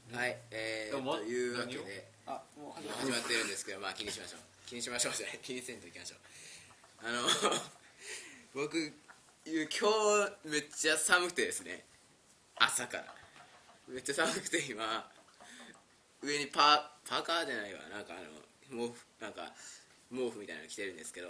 はい、というわけでもう始まってるんですけど、まあ気にしましょうじゃない、気にせんといきましょう。僕今日めっちゃ寒くてですね、朝からめっちゃ寒くて、今上にパーカーじゃないわ、なんか毛布みたいなの着てるんですけど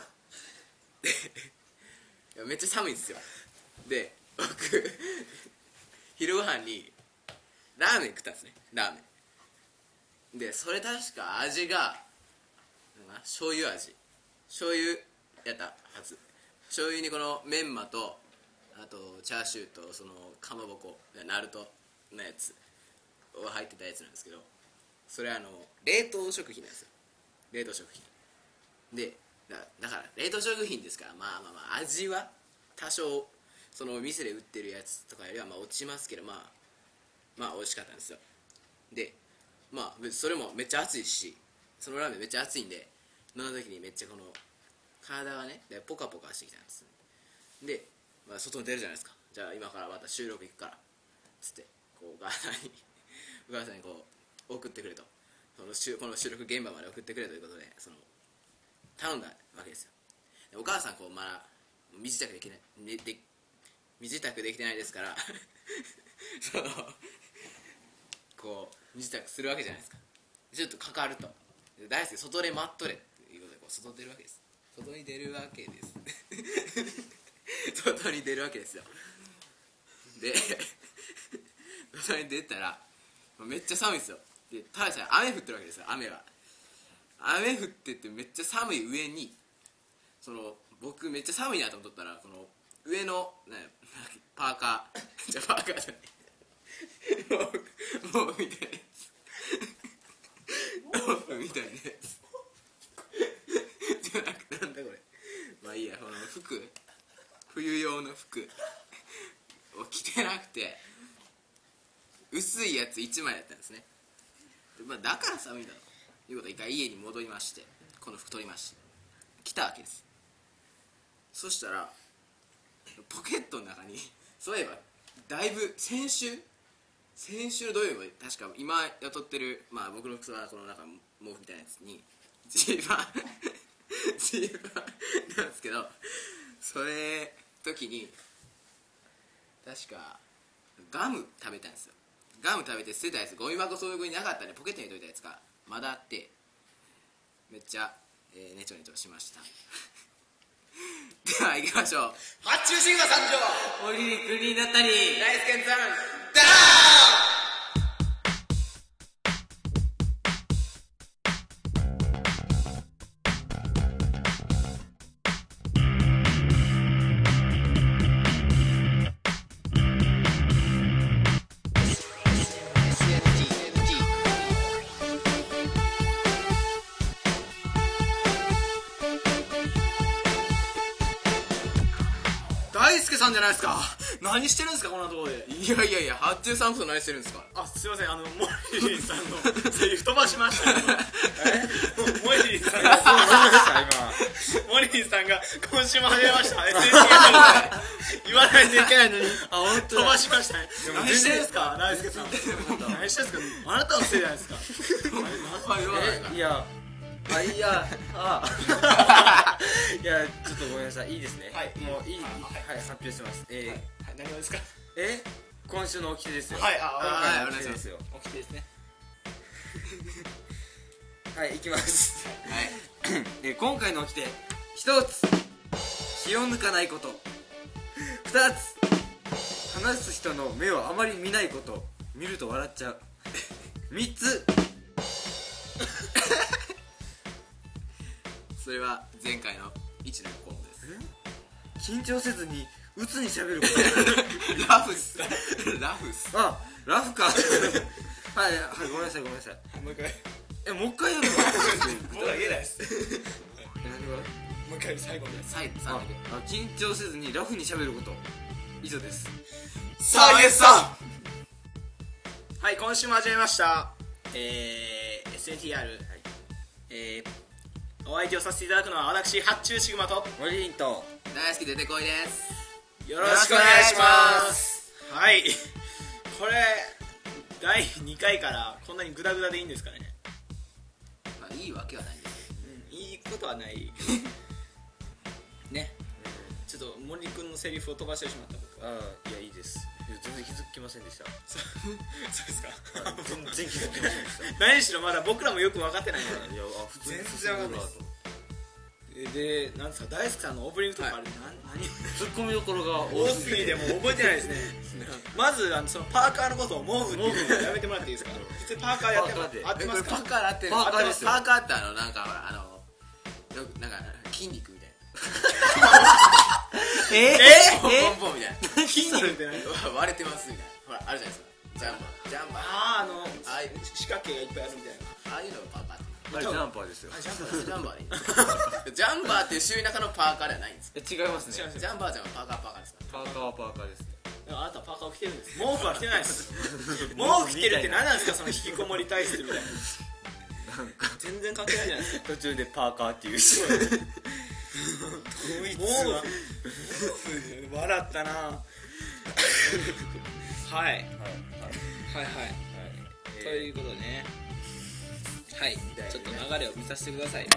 でめっちゃ寒いんですよ。で僕昼ご飯にラーメン食ったんですね。ラーメンで、それ確か味が醤油味、醤油やったはず。醤油にこのメンマとあとチャーシューとそのかまぼこナルトのやつが入ってたやつなんですけど、それ冷凍食品なんですよ。冷凍食品でだから冷凍食品ですから、まあ味は多少その店で売ってるやつとかよりはまあ落ちますけど、まあ美味しかったんですよ。でまあそれもめっちゃ暑いし、そのラーメンめっちゃ暑いんで、飲んだ時にめっちゃこの体がねポカポカしてきたんです。で、まあ、外に出るじゃないですか。じゃあ今からまた収録行くからつってこうお母さんにこう送ってくれと、この収録現場まで送ってくれということで頼んだわけですよ。でお母さんこうまだ身支度できてないですからそのこう身支度するわけじゃないですか。ちょっとかかると、大好き外で待っとれっていうことでこう外に出るわけです。外に出るわけですよ。で外に出たらめっちゃ寒いですよ。でたださ雨降ってるわけですよ。雨降っててめっちゃ寒い上に、その僕めっちゃ寒いなと思っとったら、この上の、パーカーじゃない毛布みたいなやつじゃなくて、なんだこれ、まあいいや、この冬用の服を着てなくて薄いやつ1枚やったんですね。で、だから寒いんだということで一回家に戻りまして、この服取りまして着たわけです。そしたらポケットの中に、そういえばだいぶ先週の土曜日も確か今雇ってる、まあ僕の服はこの中毛布みたいなやつにジーパンなんですけど、それ時に確かガム食べたんですよ。ガム食べて捨てたやつ、ゴミ箱そういう風になかったんでポケットに入れといたやつがまだあって、めっちゃ、ネチョネチョしましたでは行きましょう。 発注シグマ参上。 おりりくになったり大輔さんダ大輔さんじゃないですか。何してるんですかこんなところで。 いや発注さんこそ何してるんですか。 あ、すいません、モリリンさんのセリフ飛ばしましたモリリンさんがモリリンさんが今週も始めました言わないといけないのに飛ばしましたね。何してるんですか大輔さん。何してるんですか。あなたのせいじゃないですか。 いやいやちょっとごめんなさい。いいですね。 はい、 もういい、はい、発表します。 何をですか。 今週の掟ですよ。 はい、 はい、お願いしますよ。 掟ですね。 はい、いきます。 はい今回の掟、1つ気を抜かないこと、2つ話す人の目をあまり見ないこと、見ると笑っちゃう、3つそれは前回の1の項目です。 緊張せずに鬱に喋ることラフっすあ、ラフかはい、ごめんなさい。 もう一回もう一回やるの僕は言えないです何がもう一回最後に緊張せずにラフに喋ること、以上です。 さあイエスさん。 はい、今週も始めましたSNTR、お相手をさせていただくのは私発注シグマとモリリンと大好き出てこいです。 よろしくお願いします。はい、これ第2回からこんなにグダグダでいいんですかね。 まあいいわけはないんですけど、 いいことはないね。ちょっと森君のセリフを飛ばしてしまったことは。 いやいいです。全然気づきませんでした。 そうですか。 全然気づきませんでした。 何しろまだ僕らもよく分かってないから。 いや普通に全然分かんないです。で、なんですか、大輔さんのオープニングとかあれ、何ツッコミどころが多すぎてもう覚えてないですね。まずそのパーカーのことを毛布っていうのをやめてもらっていいですか。普通パーカーやってます。合ってますか。 パーカー合ってる。 パーカーですよ。 パーカーってなんかほらよくなんか筋肉みたいな。ポンポンみたいな。 筋肉って何。 割れてますみたいな。ほらあるじゃないですか。ジャンパー。 ああいう四角形がいっぱいあるみたいな。 ああいうのがパーカーって。 ジャンパーですよ。 ジャンパージャンパーっていう種類の中のパーカーではないんです。 違いますね。 ジャンパーじゃん、パーカーですか。 パーカーはパーカーですね。 あなたパーカーを着てるんです。毛布は着てないです。毛布着てるって何なんですか、その引きこもり体質みたいな。全然関係ないじゃないですか。 途中でパーカーっていうし。 こいつは笑ったな。はいということでね、はい、ちょっと流れを見させてください。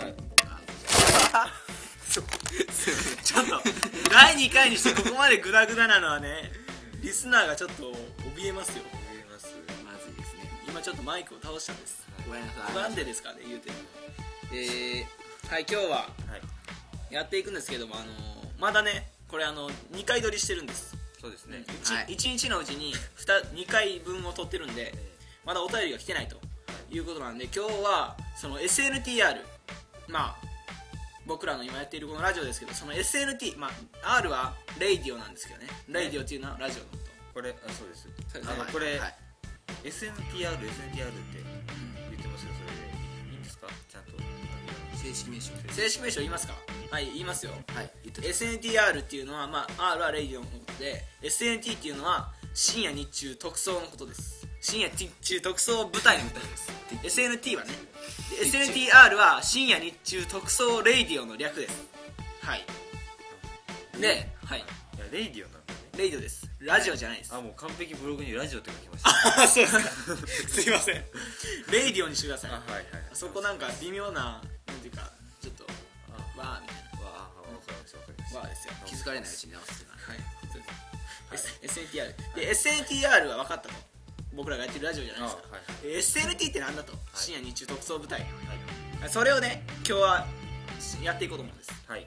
ちょっと第2回にしてここまでグダグダなのはね、リスナーがちょっと怯えますよ。 まずいですね。 今ちょっとマイクを倒したんです。 ごめんなさい。 なんでですかね、言うて。はい、今日はやっていくんですけども、まだねこれ2回撮りしてるんです。 そうですね。 1日のうちに2回分を撮ってるんで、まだお便りが来てないということなんで、今日はその SNTR、 まあ僕らの今やっているこのラジオですけど、その SNT、まあ R はレイディオなんですけどね、レイディオっていうのはラジオのこと。 これそうです。 ここれ SNTR って言ってますよ。それでいいんですか。ちゃんと正式名称言いますか。はい、言いますよ。 はい、 SNTR っていうのは、まあ R はレイディオのことで、 SNT っていうのは深夜日中特捜のことです。深夜日中特捜部隊のことです。SNT はね、で SNTR は深夜日中特捜レイディオの略です。はいで、はい、 いやレイディオなんだね。 レイディオです。ラジオじゃないです。 もう完璧ブログにラジオって書きました。 そうですか。すいません。レイディオにしてください。 はい。 そこなんか微妙な、なんていうかちょっとわーみたいなわかりました。 わーですよ。 気づかれないうちに直してな。 はい、SNTR で SNTR は分かったと。僕らがやってるラジオじゃないですか。SNT ってなんだと。深夜日中特捜部隊。それをね今日はやっていこうと思うんです。はい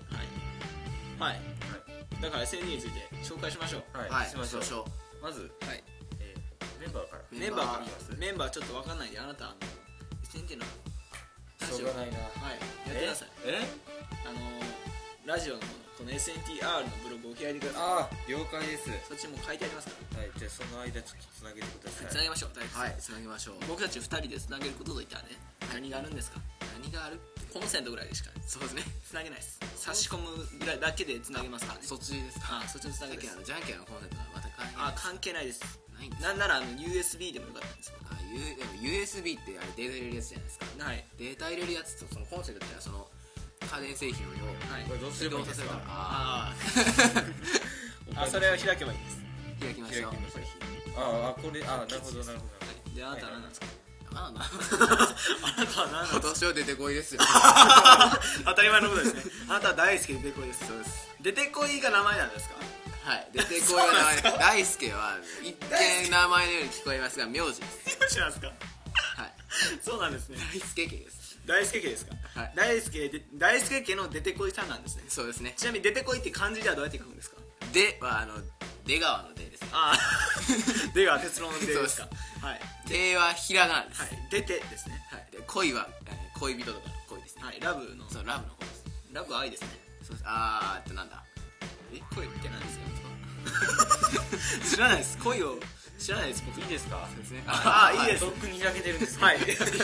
だから SNT について紹介しましょう。 はい、 しましょう。まずメンバーから。 メンバーちょっと分かんないんで、あなた SNT のラジオしょうがないな。 やってください。ラジオのこの SNTR のブログを開いてください。 了解です。 そっちも書いてありますから。 はい、じゃあその間ちょっとつなげてください。 つなげましょう。 はい、つなげましょう。 僕たち2人でつなげることといったらね、何があるんですか。 何がある。 コンセントぐらいでしかそうですね、 つなげないです。差し込むぐらいだけでつなげますからね。 そっちですか。 そっちのつなげです。 ジャンケンのコンセントはまた関係ないです。 ないんです。 なんならUSB でもよかったんですよ。 でも USB ってあれデータ入れるやつじゃないですか。 はい。 データ入れるやつとそのコンセントってのはその家電製品をこれどうすればいいですか。 それを開けばいいです。 開きましょう。 これなるほど。 で、あなたは何なんですか。 あなたは何なんですか。 今年は出てこいですよ。 当たり前のことですね。あなたは大好きで出てこいです。そうです。出てこいが名前なんですか。 はい、出てこいが名前。大輔は一見名前のように聞こえますが名字です。 名字なんですか。 はい、 そうなんですね。 大輔家です。 大輔家ですか。 はい、 大輔家の出てこいさんなんですね。 そうですね。 ちなみに出てこいって漢字ではどうやって書くんですか。 では出川の出ですね。 出川哲朗の出ですか。はい。 出はひらがなです。 はい。出てですね。 はい。で恋は恋人とかの恋ですね。 はい。ラブの。 そう、ラブの恋です。 ラブは愛ですね。 そうです。なんだ。 恋って何ですか。知らないです。恋を知らないです。僕。 いいですか。 そうですね。 いいです。 とっくに開けてるんです。 はい。 いい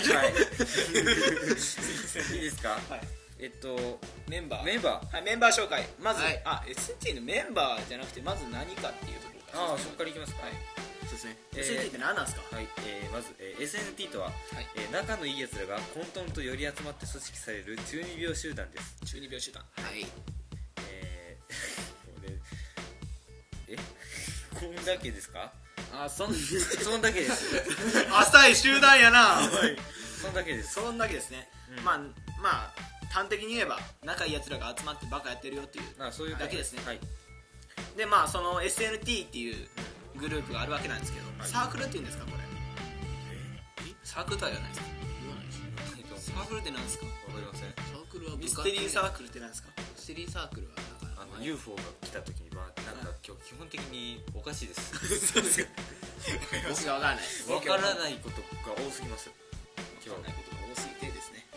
ですか。 はい。メンバー。はい、メンバー紹介。まず、SNT のメンバーじゃなくて、まず何かっていうところから。 そこからいきますか。 はい。そうですね。SNT って何なんですか。 はい。まず SNT とは仲のいい奴らが混沌と寄り集まって組織される中二病集団です。 中二病集団。 はい。 こんだけですか。 あ、そんだけです浅い集団やなそんだけですそんだけですね、まあ端的に言えば仲いいやつらが集まってバカやってるよっていうそういうだけですね。 はい。 でまあその SNT っていうグループがあるわけなんですけど、サークルっていうんですかこれ。サークルとは言わないですか。 言わないしサークルって何ですか。 わかりません。 サークルはミステリーサークルって何ですか。 ミステリーサークルはなんか UFO が来た時になんか今日基本的におかしいです僕がわからないわからないことが多すぎます今日わからないことが多すぎてですね。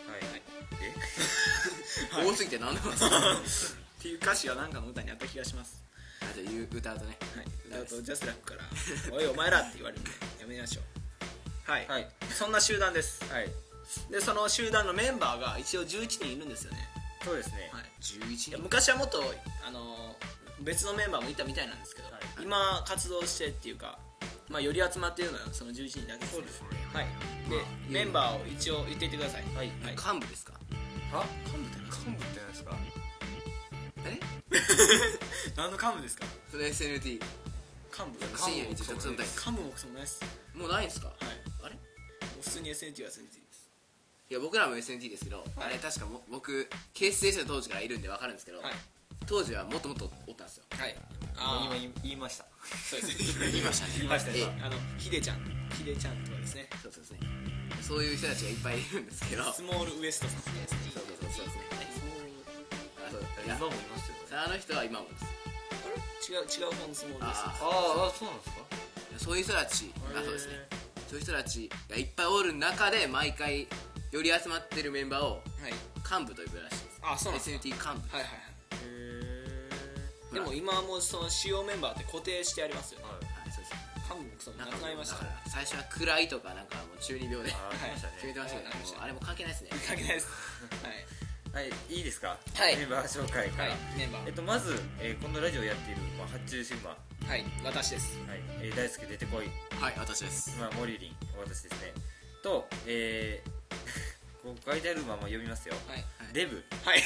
はい。 多すぎて何でもですっていう歌詞がなんかの歌にあった気がします。 あと歌うとね歌うとジャスラックから「おいお前ら」って言われるんでやめましょう。はい、 はい。 そんな集団です。 はい。 でその集団のメンバーが一応11人いるんですよね。 そうですね。 はい、 11 いや人昔はもっと別のメンバーもいたみたいなんですけど、 はい今活動してっていうか、まあ、より集まっているのはその11人だけですね。 そうですね。 はい。で、メンバーを一応言っていってください。 はい。 幹部ですかは？幹部って何ですか？ え何の幹部ですか。 それ SNT 幹部深夜にちょっと集まったり幹部もクソもないです。 もうないんすかはい。 あれ普通に SNT は SNT です。 いや僕らも SNT ですけど、あれ確か僕結成した当時からいるんで分かるんですけど、 はい当時はもっともっとおったんですよ。 はい。 今言いました。 そうですね。 言いましたね言いましたね。 えヒデちゃんとかですね。 そうですね。そういう人たちがいっぱいいるんですけど、 スモールウエストさんですね。 そうですね。あそういや今もいますよ。 あの人は今もです。 違う方のスモールウエスト。 あ、そうなんですか？ そういう人たちがそうですね。そういう人たちがいっぱいおる中で毎回より集まってるメンバーをはい。 幹部と呼ぶらしいです。 あ、そうなんですか。 SNT 幹部。 はいはいはい。でも今はもうその主要メンバーって固定してありますよね。 はい、そうです。 幹部もそのなくなりました。 だから最初は暗いとかなんかもう中二病ではい。 決めてましたけど、 はいもうあれも関係ないですね。 関係ないです。 はい、いいですか？ はいメンバー紹介かはい。 ら。 メンバー。 まずこのラジオをやっている発注シンバー、 はい。私です。 はい、大輔出てこい、 はい、私です。 モリリン、私ですね。とこう書いてあるまま読みますよ。 はい。 デブ、 はい。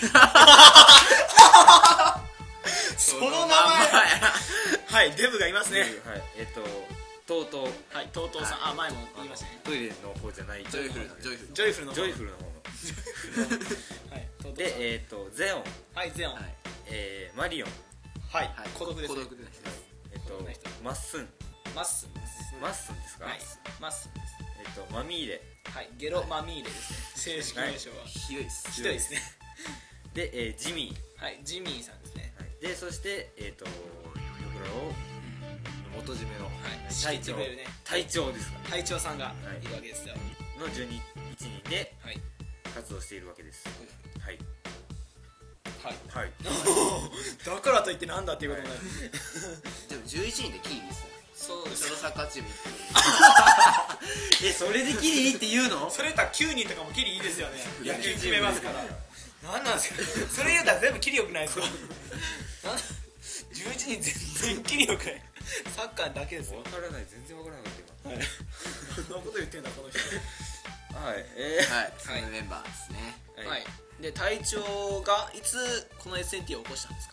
その名前。はい。デブがいますね。 はい、とうとうはい。とうとうさん。あ、前も言いましたね。 トイレの方じゃないジョイフルのジョイフル。 ジョイフルの方。 ジョイフルの方のはい。とうとうさん。 でゼオン、 はい。ゼオン。 はい。 マリオン、 はいはい。 孤独ですね。 孤独ですね。 孤独な人マッスン、 マッスンです。 マッスンですか？ はい。マッスンです。 マミーレはい。ゲロマミーレですね。正式名称は。 ひどいです。 ひどいですね。 で、ジミー、 はい。ジミーさんですね。 でそして僕らを元締めのはい。 隊長、 敷いてくれるね。 隊長ですか隊長さんがいるわけですよ。 の12人ではい。 活動しているわけです。はいはい。 はいだからといってなんだっていうことになる。 でも11人でキーですよ。 そうですそのサッカーチーム行ってそれでキリいいって言うの？ それ言ったら9人とかもキリいいですよね。野球決めますから。なんなんですか。それ言うたら全部キリよくないですか。11人全然キリよくない。サッカーだけですよ。 わからない、全然わからなかったはい。そんなこと言ってんだこの人。 今。はいはい、そのメンバーですね。 はい。で隊長がいつこの SNT を起こしたんですか。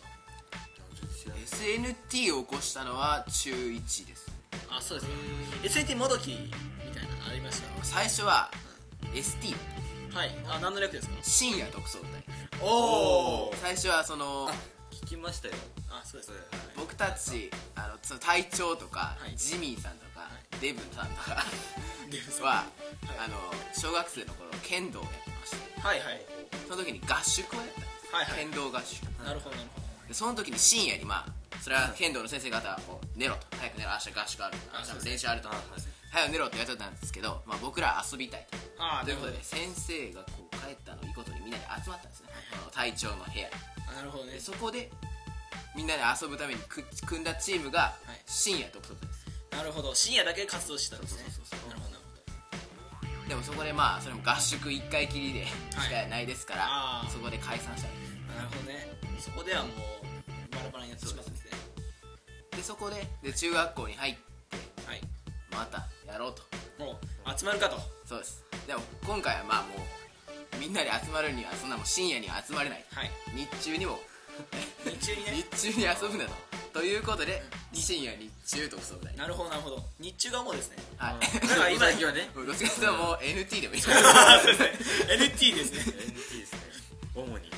SNT を起こしたのは中1です。 あ、そうですか。SNT もどきみたいなのありました。 最初は ST はい。あ、何の略ですか。 深夜特捜隊。 おお。 最初はその聞きましたよ。 あ、そうですね。 僕たちその隊長とか、 はいジミーさんとか、デブさんとかデブさんは、小学生の頃剣道をやってましてはいはいその時に合宿をやったんです、 はいはい。 剣道合宿なるほどなるほど。 でその時に深夜にそれは剣道の先生方はこう寝ろと早く寝ろ明日合宿ある明日練習あると早く寝ろってやってたんですけど、僕ら遊びたいああ、 ということなるほどで先生がこう帰ったのをいいことにみんなで集まったんですね、この隊長の部屋に。 なるほどねで。そこでみんなで遊ぶために組んだチームがはい深夜特捜隊です。 なるほど。深夜だけ活動してたんですね。 そうそうそうなるほどなるほど。 でもそこでそれも合宿1回きりでしかないですから、 あーそこで解散したんです。 なるほどね。そこではもうバラバラにやってしまったんですね。 でそこで中学校に入ってはい。 またやろうと。 もう集まるかと。 そうです。でも今回はもうみんなで集まるにはそんなもう深夜には集まれない、 はい。 日中にも日中にね。 日中に遊ぶんだとということで深夜日中特捜隊。 なるほどなるほど、日中が主ですね。 はいだから今最近はねどっちかというともう NT でもいいそうですね NT ですね。 NT ですね主に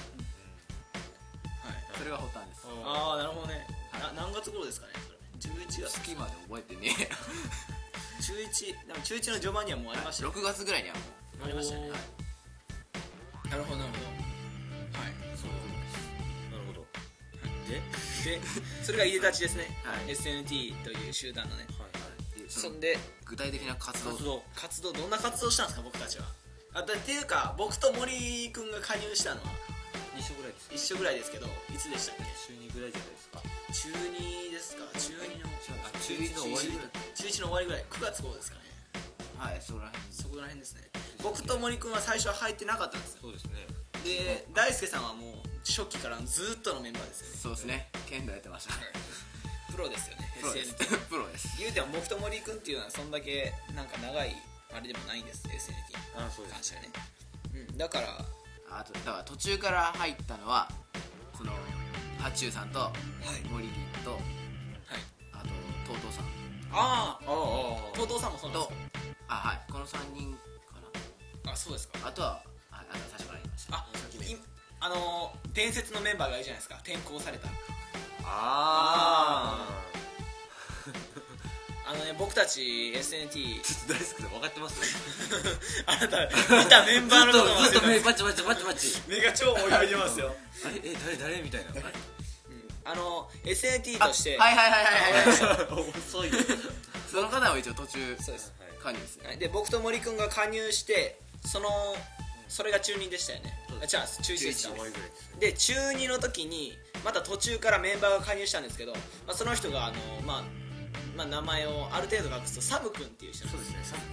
それが発端です。 ああなるほどね。何月頃ですかねそれ。11月。 月まで覚えてねえ中1でも中1の序盤にはもうありましたよ。 6月ぐらいにはもうありましたね。なるほどなるほど。はいそうなるほどででそれがいでたちですね、 はい SNT という集団のね。 そのそんで具体的な活動活動どんな活動したんですか僕たちは。っていうか僕と森くんが加入したのは一緒ぐらいです一緒ぐらいですけどいつでしたっけ。 週2ぐらいじゃないですか中2ですか。中2の中1の終わりぐらい中1の終わりぐらい9月号ですかね。 はいそこら辺そこら辺ですね。僕と森くんは最初は入ってなかったんですよ。 そうですねで大輔さんはもう初期からずっとのメンバーですよね。 そうですね剣道やってましたプロですよね。 プロです SNT プロです言うても僕と森くんっていうのはそんだけなんか長いあれでもないんです SNT にそうです関してはね。だからあとだから途中から入ったのはその八中さんと森林とはいあと TOTO さんあああ TOTO さんもそうなんとですか。 はいこの3人かあそうですか。 なあとは最初から言いました伝説のメンバーがいるじゃないですか転校された。 あ僕たち SNT 大好きで分かってますあなた見たメンバーのこともずっと目パチパチパチパチ目が超泳いでますよ。 あれ誰みたいな SNT としてはいはい遅いその方は一応途中そうです。 加入ですねで僕と森くんが加入してそれが中2でしたよね。じゃあ中1でした。 終わりぐらいですねで中2の時にまた途中からメンバーが加入したんですけど、その人が名前をある程度隠すとサムくんっていう人なんです。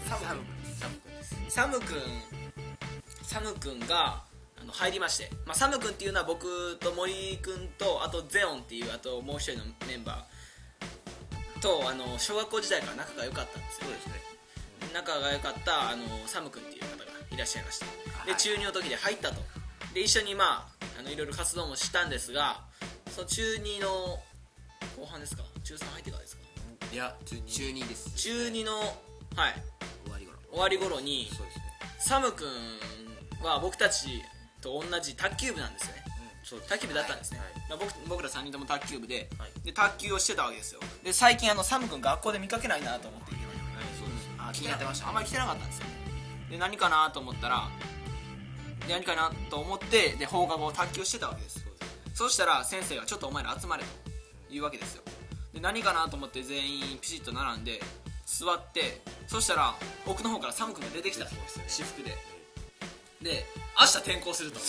サムくんが入りまして、サムくんっていうのは僕と森くんとあとゼオンっていうあともう一人のメンバーと小学校時代から仲が良かったんですよ。 そうですね仲が良かったサムくんっていう方がいらっしゃいました。ではい中2の時で入ったと。で一緒にいろいろ活動もしたんですが、その中2の後半ですか中3入ってからですか。 いや中2です中2の終わり頃終わり頃にそうですねサムくんは僕たちと同じ卓球部なんですよね。 そうです卓球部だったんですね、 はい僕ら3人とも卓球部で、 はいで卓球をしてたわけですよ。で最近サムくん学校で見かけないなと思ってそうです気になってましたあんまり来てなかったんですよ。で何かなと思ったら何かなと思ってで放課後卓球してたわけです。そうしたら先生がちょっとお前ら集まれと言うわけですよ。で何かなと思って全員ピシッと並んで座って、そしたら奥の方からサムくんが出てきたんですよ、私服で。で明日転校すると。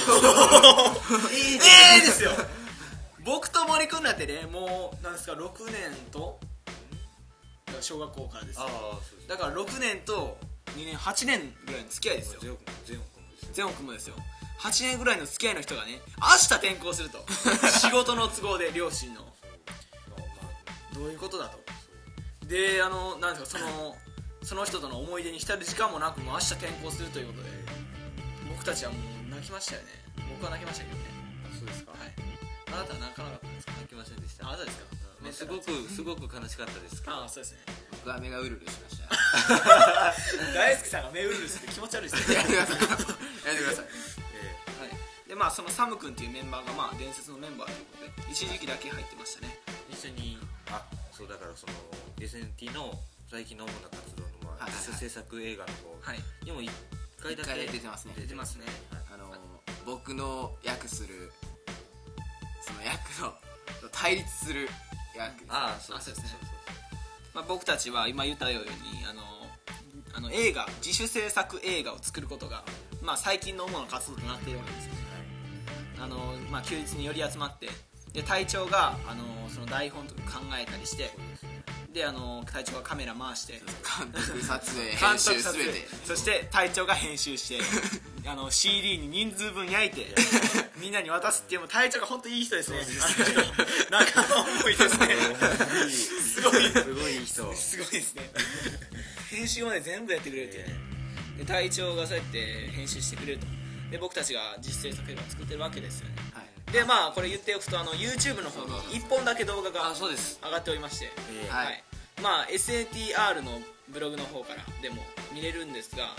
ですよ。僕と森くんなんてねもうなんですか6年と小学校からですよ。 そうですだから6年と2年8年ぐらいの付き合いですよ。 ゼオ君ですよゼオン君もですよ。8年ぐらいの付き合いの人がね明日転校すると仕事の都合で両親のどういうことだと。でなんですかその人との思い出に浸る時間もなくもう明日転校するということで僕たちはもう泣きましたよね。僕は泣きましたけどね。 そうですかはいあなたは泣かなかったんですか。 泣きませんでしたあなたですか。 すごく悲しかったですけどあそうですね。 僕は目がうるうるしました大輔さんが目うるうるして気持ち悪いですねやめてくださいやめてくださいはいでそのサム君っていうメンバーが伝説のメンバーということで一時期だけ入ってましたね。 一緒にそうだからその SNT の最近の主な活動のはい自主制作映画の方はいにも1回だけ一回出てますね出てますね。 僕の役するその役の対立する役そうですね。僕たちは今言ったように映画自主制作映画を作ることが最近の主な活動となっているわけですよね。休日により集まってで隊長がその台本とか考えたりしてで隊長がカメラ回して監督撮影監編督撮影集すべてそして隊長が編集してCD に人数分焼いてみんなに渡すっていう隊長が本当にいい人ですね。仲間思いですね。すごいいい人すごいですね。編集まで全部やってくれるっていうね。で隊長がそうやって編集してくれると。で僕たちが実製作映画を作ってるわけですよね。 でまあこれ言っておくとYouTube の方に1本だけ動画があそうです上がっておりまして、 はいはい、まあ SATR のブログの方からでも見れるんですが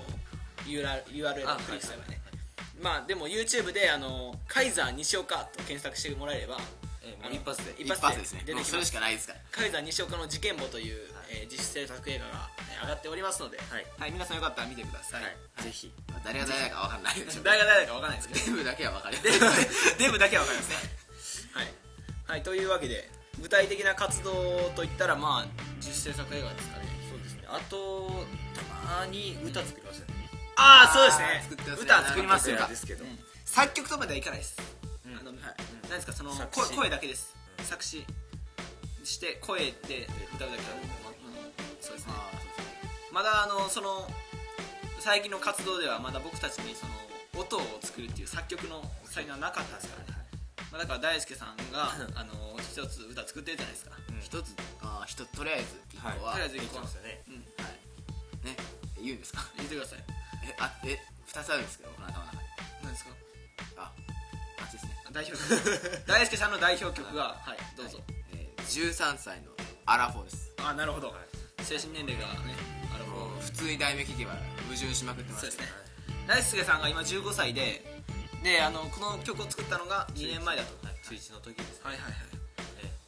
URL をクリックすればね、まあでも YouTube でカイザー西岡と検索してもらえればもう一発で一発ですね。 出てきます。 もうそれしかないですから。 カイザー西岡の事件簿という、自主制作映画が、上がっておりますので、はい、皆さんよかったら見てください。 ぜひまあ誰が誰だかわかんないでしょう。 誰が誰だかわからないですけどデブだけはわかる。 デブだけはわかりますね。はい、はい、というわけで具体的な活動といったらまあ自主制作映画ですかね。 そうですね。あとたまに歌作りますよね。 ああそうですね。 作ってますね歌作りますよ。 ですけど、 作曲とまではいかないです。 はい何ですかその作詞声だけです。作詞して声で歌うだけそうですね。まだその最近の活動ではまだ僕たちにその音を作るっていう作曲の才能はなかったですからね。まあ、だから大輔さんが一つ歌作ってるじゃないですか。 一つとりあえず一個はとりあえず一個言ってましたね。 ね言うんですか。 言ってください。 二つあるんですけどこの頭の中に。 何ですか。 あっちですね。 代表曲大輔さんの代表曲がはいどうぞ。 13歳のアラフォーです。 あなるほど。精神年齢がね普通に題名聞けば矛盾しまくってますそうですね。大輔さんが今15歳でこの曲を作ったのが2年前だと。 中1の時ですね。 はいはいはい。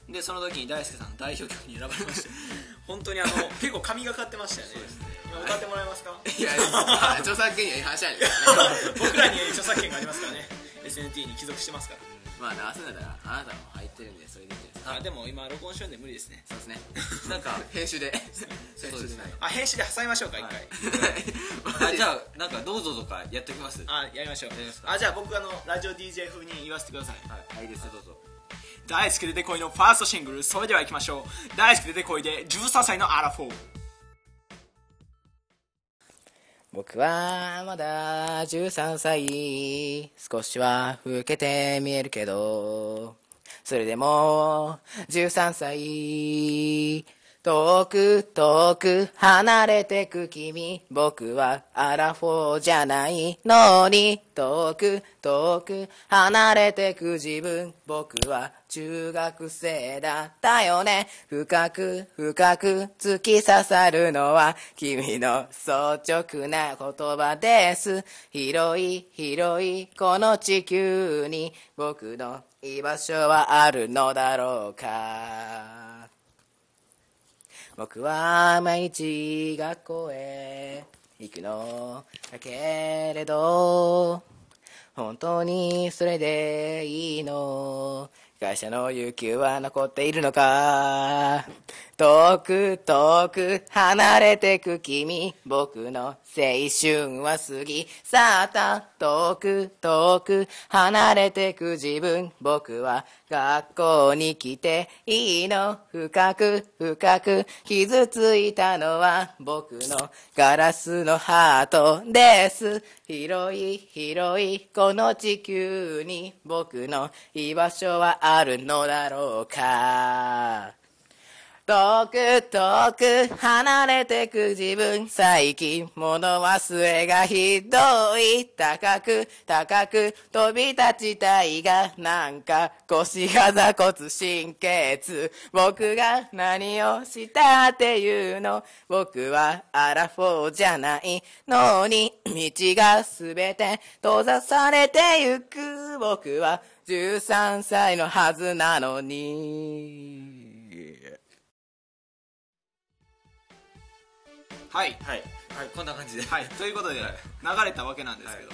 でその時に大輔さんの代表曲に選ばれまして本当に結構神がかってましたよね。 そうですね。 今歌ってもらえますか。 いや著作権には違反しないですからね。 僕らに著作権がありますからね。SNT に帰属してますから。 まあ流すならあなたも入ってるんでそれでいいんじゃないですか。 あでも今録音してるんで無理ですね。 そうですね。 なんか編集でそうですね。 あ編集で挟みましょうか一回。 じゃあなんかどうぞとかやっておきます。 あやりましょう。 やりますか。 あじゃあ僕ラジオ DJ 風に言わせてください。 はいです。どうぞ。 大好きでデコイのファーストシングル、それでは行きましょう。大好きでデコイで13歳のアラフォー。 僕はまだ13歳、少しは老けて見えるけど、それでも13歳、遠く遠く離れてく君、僕はアラフォーじゃないのに、遠く遠く離れてく自分、僕は中学生だったよね。深く深く突き刺さるのは君の率直な言葉です。広い広いこの地球に僕の居場所はあるのだろうか。僕は毎日学校へ行くのだけれど、本当にそれでいいの？会社の有給は残っているのか。遠く遠く離れてく君、僕の青春は過ぎ去った。遠く遠く離れてく自分、僕は学校に来ていいの？深く深く傷ついたのは僕のガラスのハートです。広い広いこの地球に僕の居場所はあるのだろうか。遠く遠く離れてく自分、最近物忘れがひどい。高く高く飛び立ちたいが、なんか腰が座骨神経痛。僕が何をしたっていうの？僕はアラフォーじゃないのに、道がすべて閉ざされてゆく。僕は13歳のはずなのに。 はいはいこんな感じで。 はいということで流れたわけなんですけど、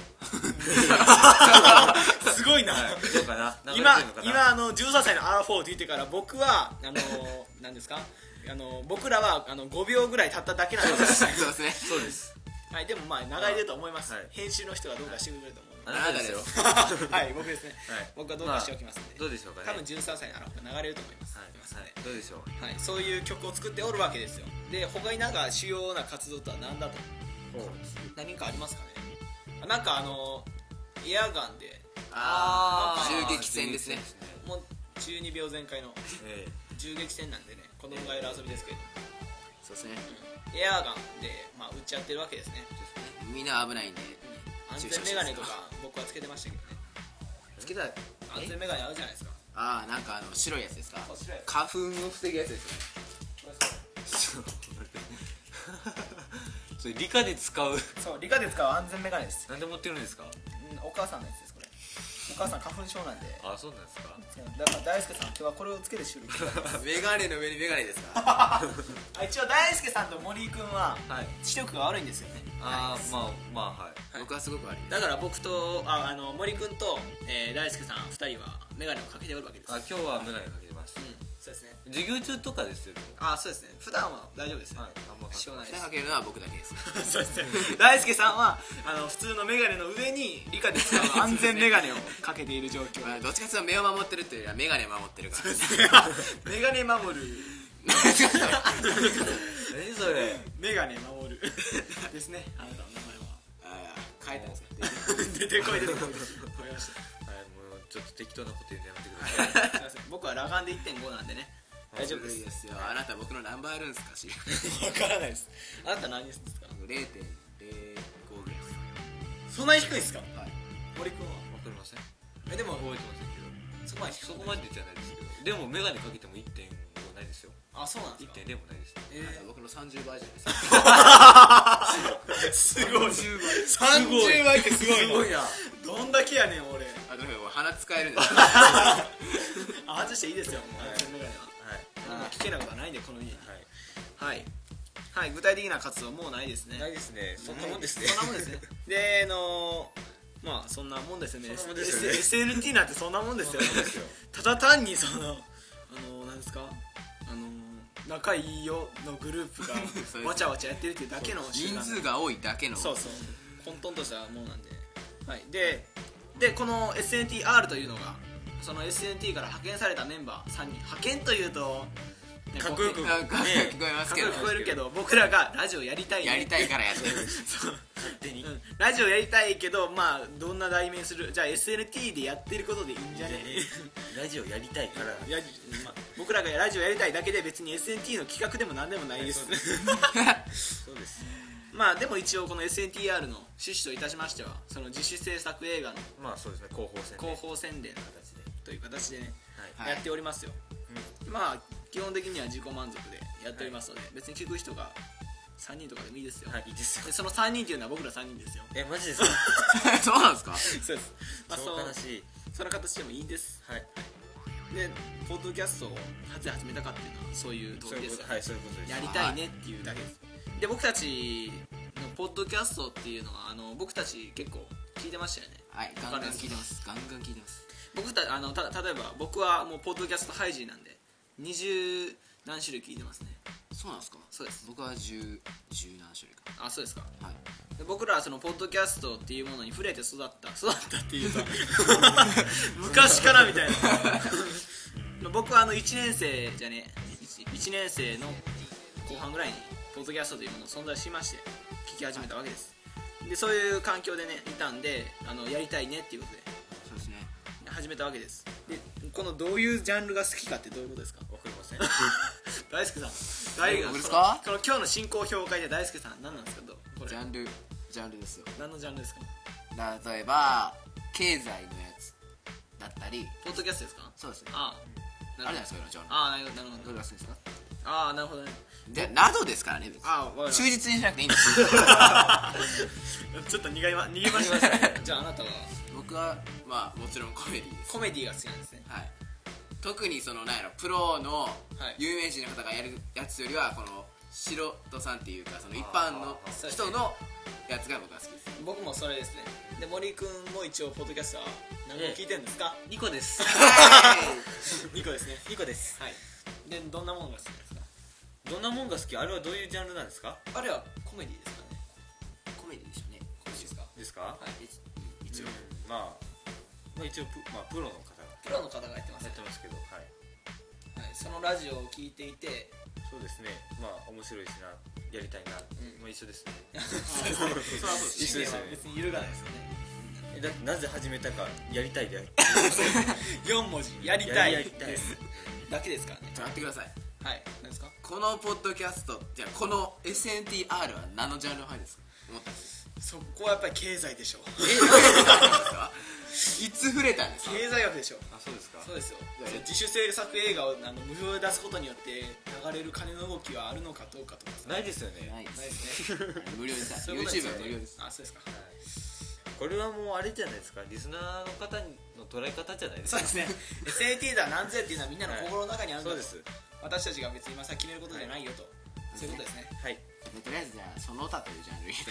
すごいな、 どうかな。 今流れてるのかな。 13歳のアラフォーって言ってから僕は何ですか僕らは5秒ぐらい経っただけなんですよ。 そうですね。 そうです。 はい、でもまあ流れてると思います、 はい編集の人がどうかしてくれると思う。 あなたですよ。 はい僕ですね、 はい僕はどうかしておきますんで、 どうでしょうかね。 多分13歳のアラフォーが流れると思います、 はいますので、 どうでしょう。 はい、そういう曲を作っておるわけですよ。で他になんか主要な活動とは何だと何かありますかね。なんかエアガンで銃撃戦ですね。 もう12秒全開のえ銃撃戦なんでね、子供がやる遊びですけど、 そうですね。 エアガンで、まあ、撃っちゃってるわけですね。 みんな危ないんで安全メガネとか僕はつけてましたけどね。 つけたら安全メガネあるじゃないですか。 ああ、なんか白いやつですか。 そう白いやつ花粉を防ぐやつですね。 それ理科で使うそう理科で使う安全メガネです。 なんで持ってるんですか？ お母さんのやつですこれ。お母さん花粉症なんで。 あ、そうなんですか？ だから大輔さん今日はこれをつけて収録してます。 メガネの上にメガネですか。 一応大輔さんと森井君ははい視力が悪いんですよね。 あー、まあはい僕はすごく悪い。 だから僕と森君と、大輔さん2人はメガネをかけておるわけです。 あ、今日はメガネかけてます。 そうですね。 授業中とかですよね。 そうですね。普段は大丈夫ですね。 はい、あんましょうがないです。 手かけるのは僕だけです。 そうですね。大輔さんは普通のメガネの上に理科で使う安全メガネをかけている状況。 まあどっちかというと目を守ってるっていうよりはメガネを守ってるから。 メガネ守る。 何それ。 メガネ守るですね。あなたの名ああ、書いたんですか。 前は。出てこい出てこい。わかりました。 はい、もうちょっと適当なこと言うのやめてください。 すいません。僕は裸眼で 1.5 なんでね。大丈夫です。 ですよ。あなた僕の何倍あるんですかし。 わからないです。あなた何ですか？ 0.05 ぐらいです。 そんなに低いですか？ はい。 森君は。 わかりません。 でも覚えてませんけど。 そこまで低い。 そこまでじゃないですけど。でもメガネかけても 1.5 ないですよ。 そうなんですか。 1.0もないですね。 僕の30倍じゃないですか。 すごい。30倍ってすごいな。 すごいな。 どんだけやねん俺。 あ、でも鼻使えるんです。 外していいですよ。もう安全メガネは。 はい。 危険なことはないんでこの家に。 はい。 はい。はい、具体的な活動もうないですね。 ないですね。そんなもんですね。 そんなもんですね。で、まあそんなもんですよね。 そんなもんですよね SNT なんてそんなもんですよ。 そんなもんですよただ単になんですか、仲いいよのグループがわちゃわちゃやってるっていうだけの人数が多いだけの。 そうそう混沌としたものなんで、はい、でこの SNTR というのがその SNT から派遣されたメンバー3人、派遣というとかっこよくなんか聞こえますけど。 かっこよく聞こえるけど、僕らがラジオやりたいねやりたいからやってる。 そう勝手に。 ラジオやりたいけど、まあどんな題名する、じゃあ SNT でやってることでいいんじゃねラジオやりたいから。 まあ僕らがラジオやりたいだけで別に SNT の企画でも何でもないです、 そうです。 まあでも一応この SNTR の趣旨といたしましては、その自主制作映画のまあそうですね。広報戦で。 広報宣伝の形でという形でね、 はいやっておりますよ、まあ基本的には自己満足でやっておりますので、別に聞く人が3人とかでもいいですよ、 はい、いいですよで。その3人っていうのは僕ら3人ですよ。 マジですか？ そうなんですか。 そうです、まあ、 超悲しい。 その形でもいいんです。 はい。 でポッドキャストをなぜ始めたかっていうのはそういう動機ですよ、 はい、そういうことです。 やりたいねっていうだけです。で僕たちのポッドキャストっていうのは僕たち結構聞いてましたよね。 はい、ガンガン聞いてます。ガンガン聞いてます。 僕た例えば僕はもうポッドキャスト配信なんで20何種類聞いてますね。 そうなんですか。 そうです。 僕は10何種類か。 そうですか。 はい。 で僕らはそのポッドキャストっていうものに触れて育ったっていうと昔からみたいな僕は1年生じゃね1年生の後半ぐらいにポッドキャストというもの存在しまして聞き始めたわけです。でそういう環境でねいたんでやりたいねっていうことでそうですね。 始めたわけです。でこのどういうジャンルが好きかってどういうことですか？ わかりません。 大輔さん僕ですか？ この今日の進行評価で大輔さん何なんですか？これジャンルですよ。 何のジャンルですか？ 例えば経済のやつだったり。 ポッドキャストですか？ そうですね。 ああるじゃないですか、ジャンル。 なるほどなるほどどれが好きですか？ なるほどね。 で、などですからね、別に。 わかりました忠実にしなくていいんですよ。 ちょっと逃げましたね。じゃああなたは僕はまあもちろんコメディです。 コメディが好きなんですね。 はい。特にそのなんやろ、プロのはい有名人の方がやるやつよりはこの素人さんっていうかその一般の人のやつが僕は好きです。 僕もそれですね。で森君も一応ポッドキャストは何個聞いてるんですか 2個です。 ？2個ですね。 2個です。 はい。でどんなものが好きですか？ どんなもんが好き？あれはどういうジャンルなんですか？ あれはコメディですかね。 コメディでしょうね。 コメディですか？ ですか？ はい一応。 まあ一応プロの方がプロの方がやってますやってますけど、はい。 はい、そのラジオを聞いていてそうですね。まあ面白いしな、やりたいな。まあ一緒ですね。 一緒ですよね。別に揺るがないですよね。 だってなぜ始めたか、やりたいで。 4文字やりたいやりたいですだけですからね。 ちょっと待ってください。 はい何ですか？ このポッドキャストじゃこの SNTR は何のジャンルの範囲ですか？思ったんです。 そこはやっぱり経済でしょ。 いつ触れたんですか？ 経済学でしょ。 あ、そうですか。 そうですよ。自主制作映画を無料で出すことによって流れる金の動きはあるのかどうかとかさ。 ないですよね。 ないないですね。 無料です。 そういうことです YouTube よねは無料です。 あ、そうですか。 これはもうあれじゃないですか、リスナーの方の捉え方じゃないですか。 そうですね。SAT だ何ぜっていうのはみんなの心の中にあるんだと。 そうです。 私たちが別に今さ決めることじゃないよと。そういうことですね。 はい。 とりあえずじゃあその他というジャンルに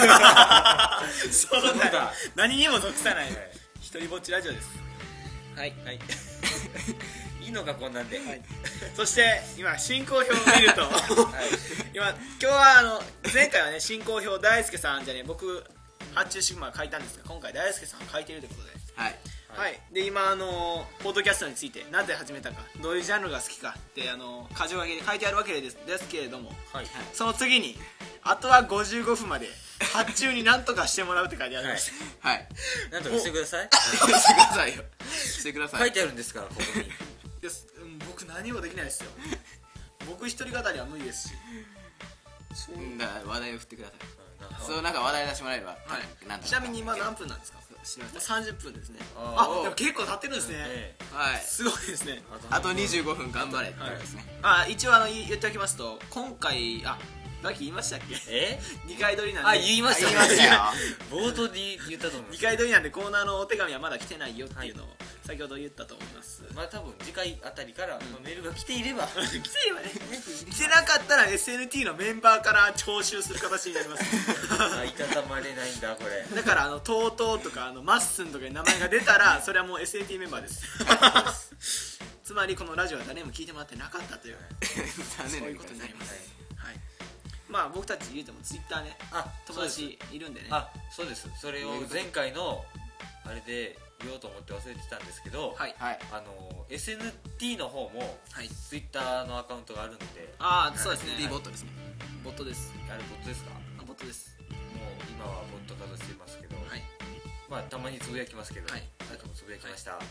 そうだ。何にも属さないはい一人ぼっちラジオです。はい。 はい。いいのかこんなんで。はい。 そして今進行表を見ると今日は前回はね進行表大輔さんじゃね僕発注シグマ書いたんですが今回大輔さんが書いているということではいはいで今ポッドキャストについてなぜ始めたかどういうジャンルが好きかって箇条書きで書いてあるわけですけれどもはい。 その次にあとは55分まで発注に何とかしてもらうって書いてあります、 はいなんとかしてください。 してくださいよしてください書いてあるんですから、ここに。 です僕何もできないですよ僕一人語りは無理ですしうんだから話題を振ってくださいうんそうなんか話題出してもらえればはいなんとかちなみに今何分なんですか知りまもうせん 30分ですねああでも結構経ってるんですね、 えはいすごいですねあと25分頑張れってことですね一応言っておきますと今回さっき言いましたっけえ 2回撮りなんであ、言いました言いましたよ冒頭で言ったと思いま 2 す。 回撮りなんでコーナーのお手紙はまだ来てないよっていうのを先ほど言ったと思いますまあ多分次回あたりからメールが来ていれば来てればね来てなかったら SNT のメンバーから徴収する形になりますいたたまれないんだこれ。 だからトートとかマッスンとかに名前が出たらそれはもう SNT メンバーですつまりこのラジオは誰にも聞いてもらってなかったという残念なそういうことになりますはいまあ僕たち言うても Twitter ねあ、 友達いるんでねあ、そうです。それを前回のあれで言おうと思って忘れてたんですけど、 はいはい SNT の方もはい Twitter のアカウントがあるんで、 そうですね D ボットですねボットですあれボットですか？もボットですう今はボット化としてますけど、 はいまあたまにつぶやきますけど、 はいさっきもつぶやきました。 はい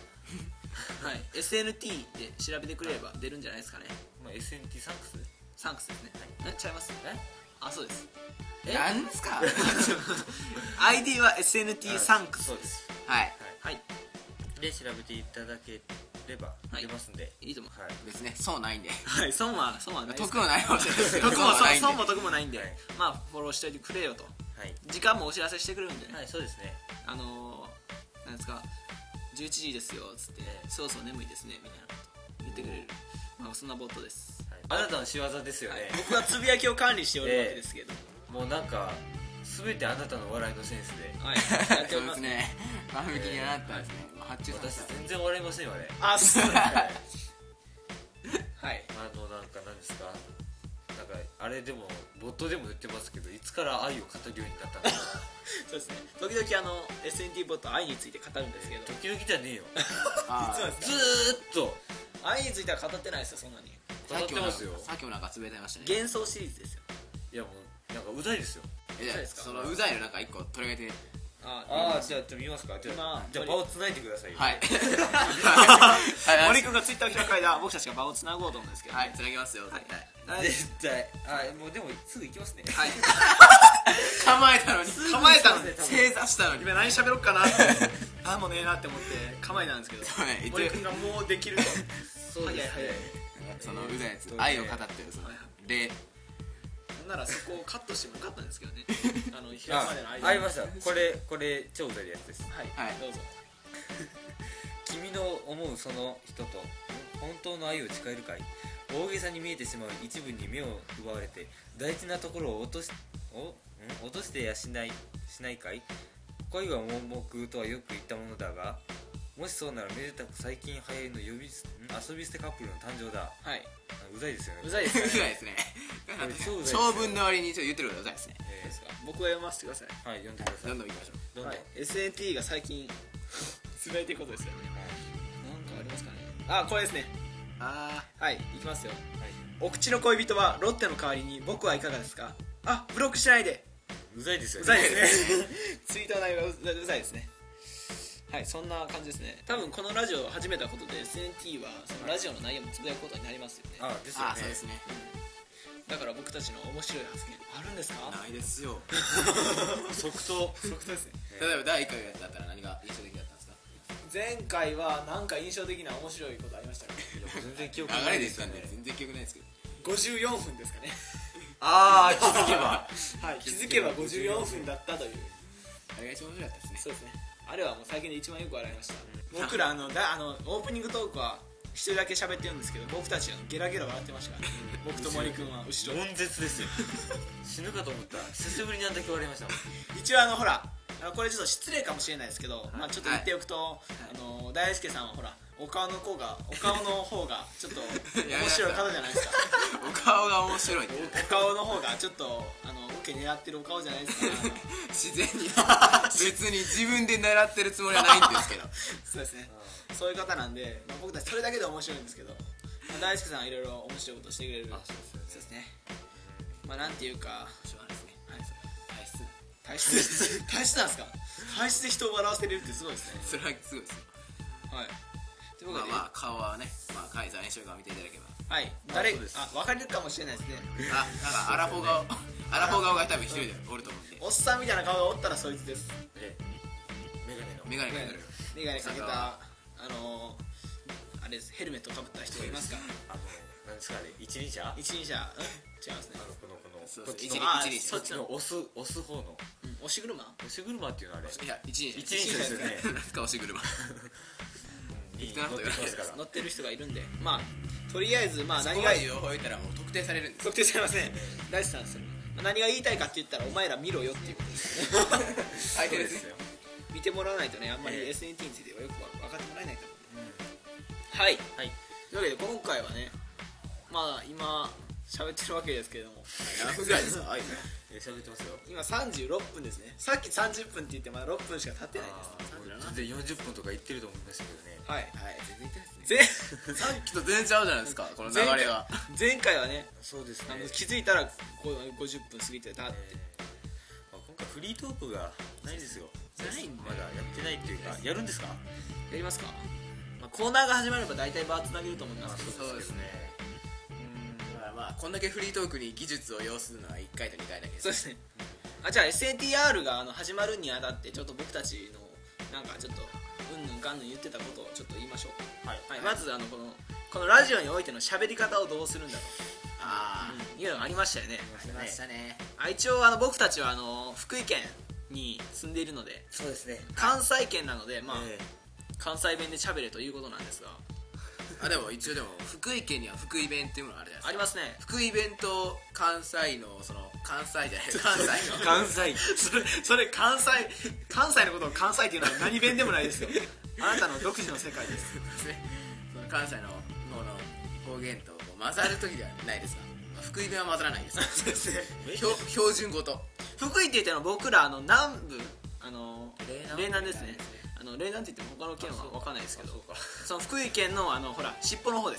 SNT で調べてくれれば出るんじゃないですかねまあ SNT サンクス？ サンクスですねちゃいますそうですなんですか ID は SNT サンクスそうです。 はいはいで調べていただければはい出ますんで、 いいと思うはい。 別ね損ないんではい損はないです得もないかもしれないですけど得もないんで損も得もないんではいまあフォローしといてくれよとはい。 時間もお知らせしてくれるんでねはい、そうですね。 なんですか11時ですよっつってそろそろ眠いですねみたいなこと言ってくれるまあそんなボットですはい、あなたの仕業ですよね。 僕はつぶやきを管理しておるわけですけどもうなんか全てあなたの笑いのセンスで、 はいやっておりますそうですね前向きになったんですね発注さ私せた全然笑いませんよあれ。 そうだはいなんか何ですか、なんかあれでもボットでも言ってますけど、いつから愛を語るようになったんですか？ そうですね時々SNT ボット愛について語るんですけど時々じゃねえよ。 あ実はずーっと愛については語ってないですよそんなに語ってますよ。 さっきもなんかつぶやいてましたね幻想シリーズですよいやもうなんかうざいですよ。 じゃあそうですかそのうざいのなんか一個取り上げてああ、じゃあちょっと見ますか。じゃあ今場をつないでくださいよ。 はい森君がツイッターを開いた僕たちが場をつなごうと思うんですけどはいつなぎますよ絶対絶対。もうでもすぐ行きますね。 はい構えたのに構えたのに正座したのに今何喋ろっかなってあもうねえなって思って構えたんですけどそうね森君がもうできるとそうですね。 早いそのうざいやつ愛を語ってるその例なんならそこをカットしてもよかったんですけどね開くあまでの間ありました。これ超うざいやつです。 はいどうぞ君の思うその人と本当の愛を誓えるかい。大げさに見えてしまう一部に目を奪われて大事なところを落としてやしないかい。恋は盲目とはよく言ったものだが、もしそうならめでたく最近流行りの遊び捨てカップルの誕生だ。 はいうざいですよね。 うざいですうねざいですねこれ超うざいですよ長文の割にちょっと言ってることうざいですね僕は読ませてくださいはい、読んでください。 どんどん行きましょうどんどん。 はい SNT が最近つぶやいてることですよねなんかありますかねこれですねあはいいきますよはい。 お口の恋人はロッテの代わりに僕はいかがですかブロックしないでうざいですよね。 うざいですねツイートの内容がうざいですねはいそんな感じですね多分このラジオを始めたことで SNT はそのラジオの内容もつぶやくことになりますよねあ、ですよね。 そうですねだから僕たちの面白い発言あるんですかないですよそ即答ですね。 例えば第1回だったら何が印象的だったんですか？ 前回はなんか印象的な面白いことありましたね。 全然記憶流ないれで言ったんで全然記憶ないですけど、 54分ですかね。 ああ気づけばはい、気づけば54分だったという。 あれが一番面白かったですね。 そうですね。あれはもう最近で一番よく笑いました。僕らオープニングトークは一人だけ喋ってるんですけど、僕たちはゲラゲラ笑ってましたからね。僕と森君は後ろで。 悶絶ですよ死ぬかと思った久しぶりにあんだけ言われましたもん。 一応ほらこれちょっと失礼かもしれないですけど、まあちょっと言っておくと、大輔さんはほらお顔の方がちょっと面白い方じゃないですか。 お顔が面白いってお顔の方がちょっと受け狙ってるお顔じゃないですか。 自然に別に自分で狙ってるつもりはないんですけどそうですね。そういう方なんで、まあ僕たちそれだけで面白いんですけど、まあ大輔さんはいろいろ面白いことしてくれる。そうですね。まあなんていうか、 しょうがないですね。 はい、 体質体質なんですか。体質で人を笑わせれるってすごいですね。 それはすごいですよ。 はい。ということで、 まあ顔はね、まあカイザー演唱が見ていただけば、 はい、分かれるかもしれないですね。 なんかアラフォー顔が多分一人でおると思うんで、 おっさんみたいな顔がおったらそいつです。 メガネのメガネかけてる。 メガネかけたあれです、ヘルメットかぶった人がいますから。 なんですかね、一輪車一輪車、違いますね。 このそうこっちの一輪車そっちの押す方の押し車。 押し車っていうのはあれいや一輪車。 一輪車ですよねなんすか押し車。 に適当なこと言わないです乗ってる人がいるんで、まあとりあえずまあ何何がが情報を言ったらもう特定されるんですよ。 特定されません。大輔さんですよ。何が言いたいかって言ったら、お前ら見ろよっていうことですね。 相手ですよ。 見てもらわないとね、あんまり SNT についてはよく分かってもらえないと思うんで、はいはいというわけで今回はね、まあ今喋ってるわけですけれども、 何分ぐらいですか？ 喋ってますよ。 今36分ですね。さっき30分って言ってまだ6分しか経ってないです。 全然40分とか言ってると思いましたけどね。 はい。 はい、全然言ってないですね。さっきと全然ちゃうじゃないですか、この流れが。 前回はね、 そうですね。 気づいたらこう50分過ぎてたって。 今回フリートークがないですよ。 ないんだ。 まだやってないっていうか、やるんですか？ やりますか？まあコーナーが始まれば大体バーつなげると思いますけど。 そうですね。まあこんだけフリートークに技術を要するのは1回と2回だけです。 そうですね。じゃあ SNTR が始まるにあたってちょっと僕たちのなんかちょっとうんぬんかんぬん言ってたことをちょっと言いましょう。はい。まずこのラジオにおいての喋り方をどうするんだと。いうのがありましたよね。 ありましたね。 一応僕たちは福井県に住んでいるので、 そうですね。 関西圏なのでまあ関西弁で喋れということなんですが。 でも一応でも福井県には福井弁っていうものがあるじゃないですか。 ありますね。 福井弁と関西の関西じゃない関西それ関西のことを関西っていうのは何弁でもないですよ。あなたの独自の世界です。 その関西の方の方言と混ざる時ではないですが、福井弁は混ざらないです。 そうですね。 標準語と福井って言っても僕ら南部嶺南ですね。嶺南って言っても他の県は分かんないですけど、その福井県のほら尻尾の方です。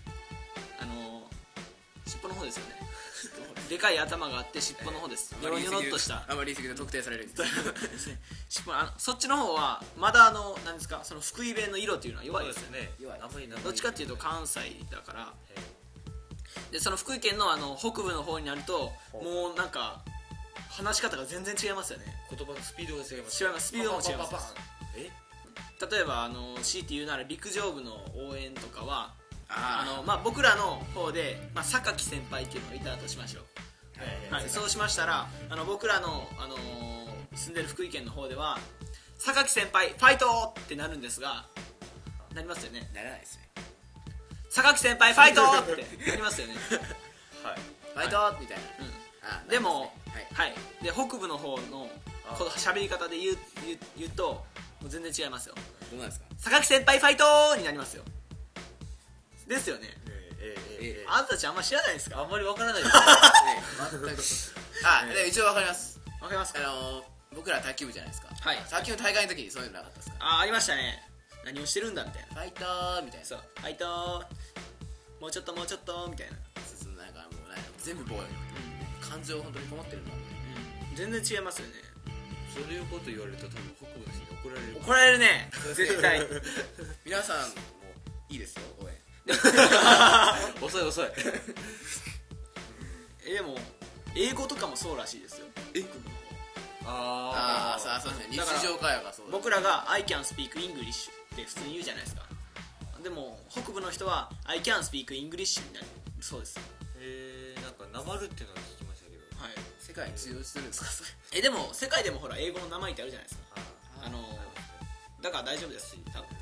尻尾の方ですよね。でかい頭があって尻尾の方です。ニョロニョロっとしたあまり言い過ぎると特定されるんです。 尻尾そっちの方はまだ何ですか、その福井弁の色っていうのは弱いですよね。 弱い。 どっちかっていうと関西だから。でその福井県の北部の方になるともうなんか話し方が全然違いますよね。 言葉のスピードが違います。 違います。スピードも違います。 え？ 例えば強いて言うなら陸上部の応援とかはあまあ、僕らの方で、まあ、榊先輩っていうのがいたとしましょう。はい、そうしましたら僕らの、住んでる福井県の方では榊先輩ファイトってなるんですが、なりますよね。 ならないですね。 榊先輩ファイトってなりますよね。 はい。 ファイトみたいな。 でも、 はいはい、で北部の方のこの喋り方で言うともう全然違いますよ。 どうなんですか？ 榊先輩ファイトになりますよ。ですよね。 えあんたたちあんま知らないですか？ あんまりわからないですね。 全く。でも一応わかります。 わかりますか？ 僕ら卓球部じゃないですか。 はい。 卓球の大会の時にそういうのなかったですか？ ありましたね。何をしてるんだみたいな。 ファイトーみたいな。 そう、ファイトーもうちょっともうちょっとみたいな。 なんかもう全部棒よ。感情本当にこもってるんだ。 全然違いますよね。 そういうこと言われると多分北部の人に怒られる。 怒られるね。絶対。 皆さんもいいですよ、応援。 遅い遅い。 でも英語とかもそうらしいですよ。 ああそうですね、日だから常会話がそうだ。 僕らが I can speak English って普通に言うじゃないですか。でも北部の人は I can speak English になるそうです。 なんかなまるっていうのを聞きましたけど。 はい。 世界に通用してるんですかそれ。 でも世界でもほら英語の名前ってあるじゃないですか。だから大丈夫です多分。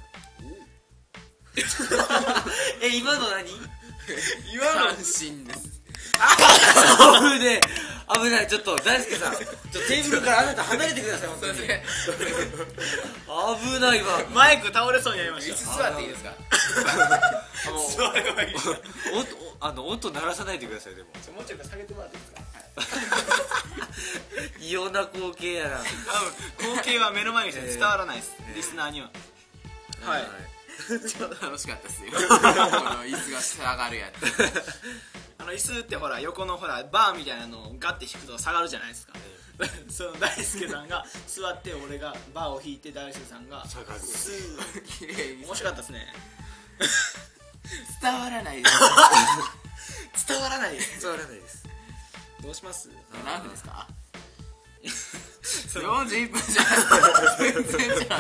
今の何？ 今の安心です。 危ねえ、危ない。ちょっと大輔さん、テーブルからあなた離れてください。本当にそうですね。 危ないわ。 マイク倒れそうになりま椅し子座っていいですか。 た。座ればいい。 音鳴らさないでください。でももうちょっと下げてもらっていいですか。 異様な光景やな。 光景は目の前にして伝わらないです、リスナーには。はい。 ちょっと楽しかったですよ。この椅子が下がるやつ。 椅子ってほら横のほらバーみたいなのをガッて引くと下がるじゃないですか。その大輔さんが座って俺がバーを引いて大輔さんが下がる。 スー綺麗に面白かったですね。 伝わらないです。 伝わらないです。 伝わらないです。 どうします？ 何分ですか。 その 41分じゃない。全然違うんですよ。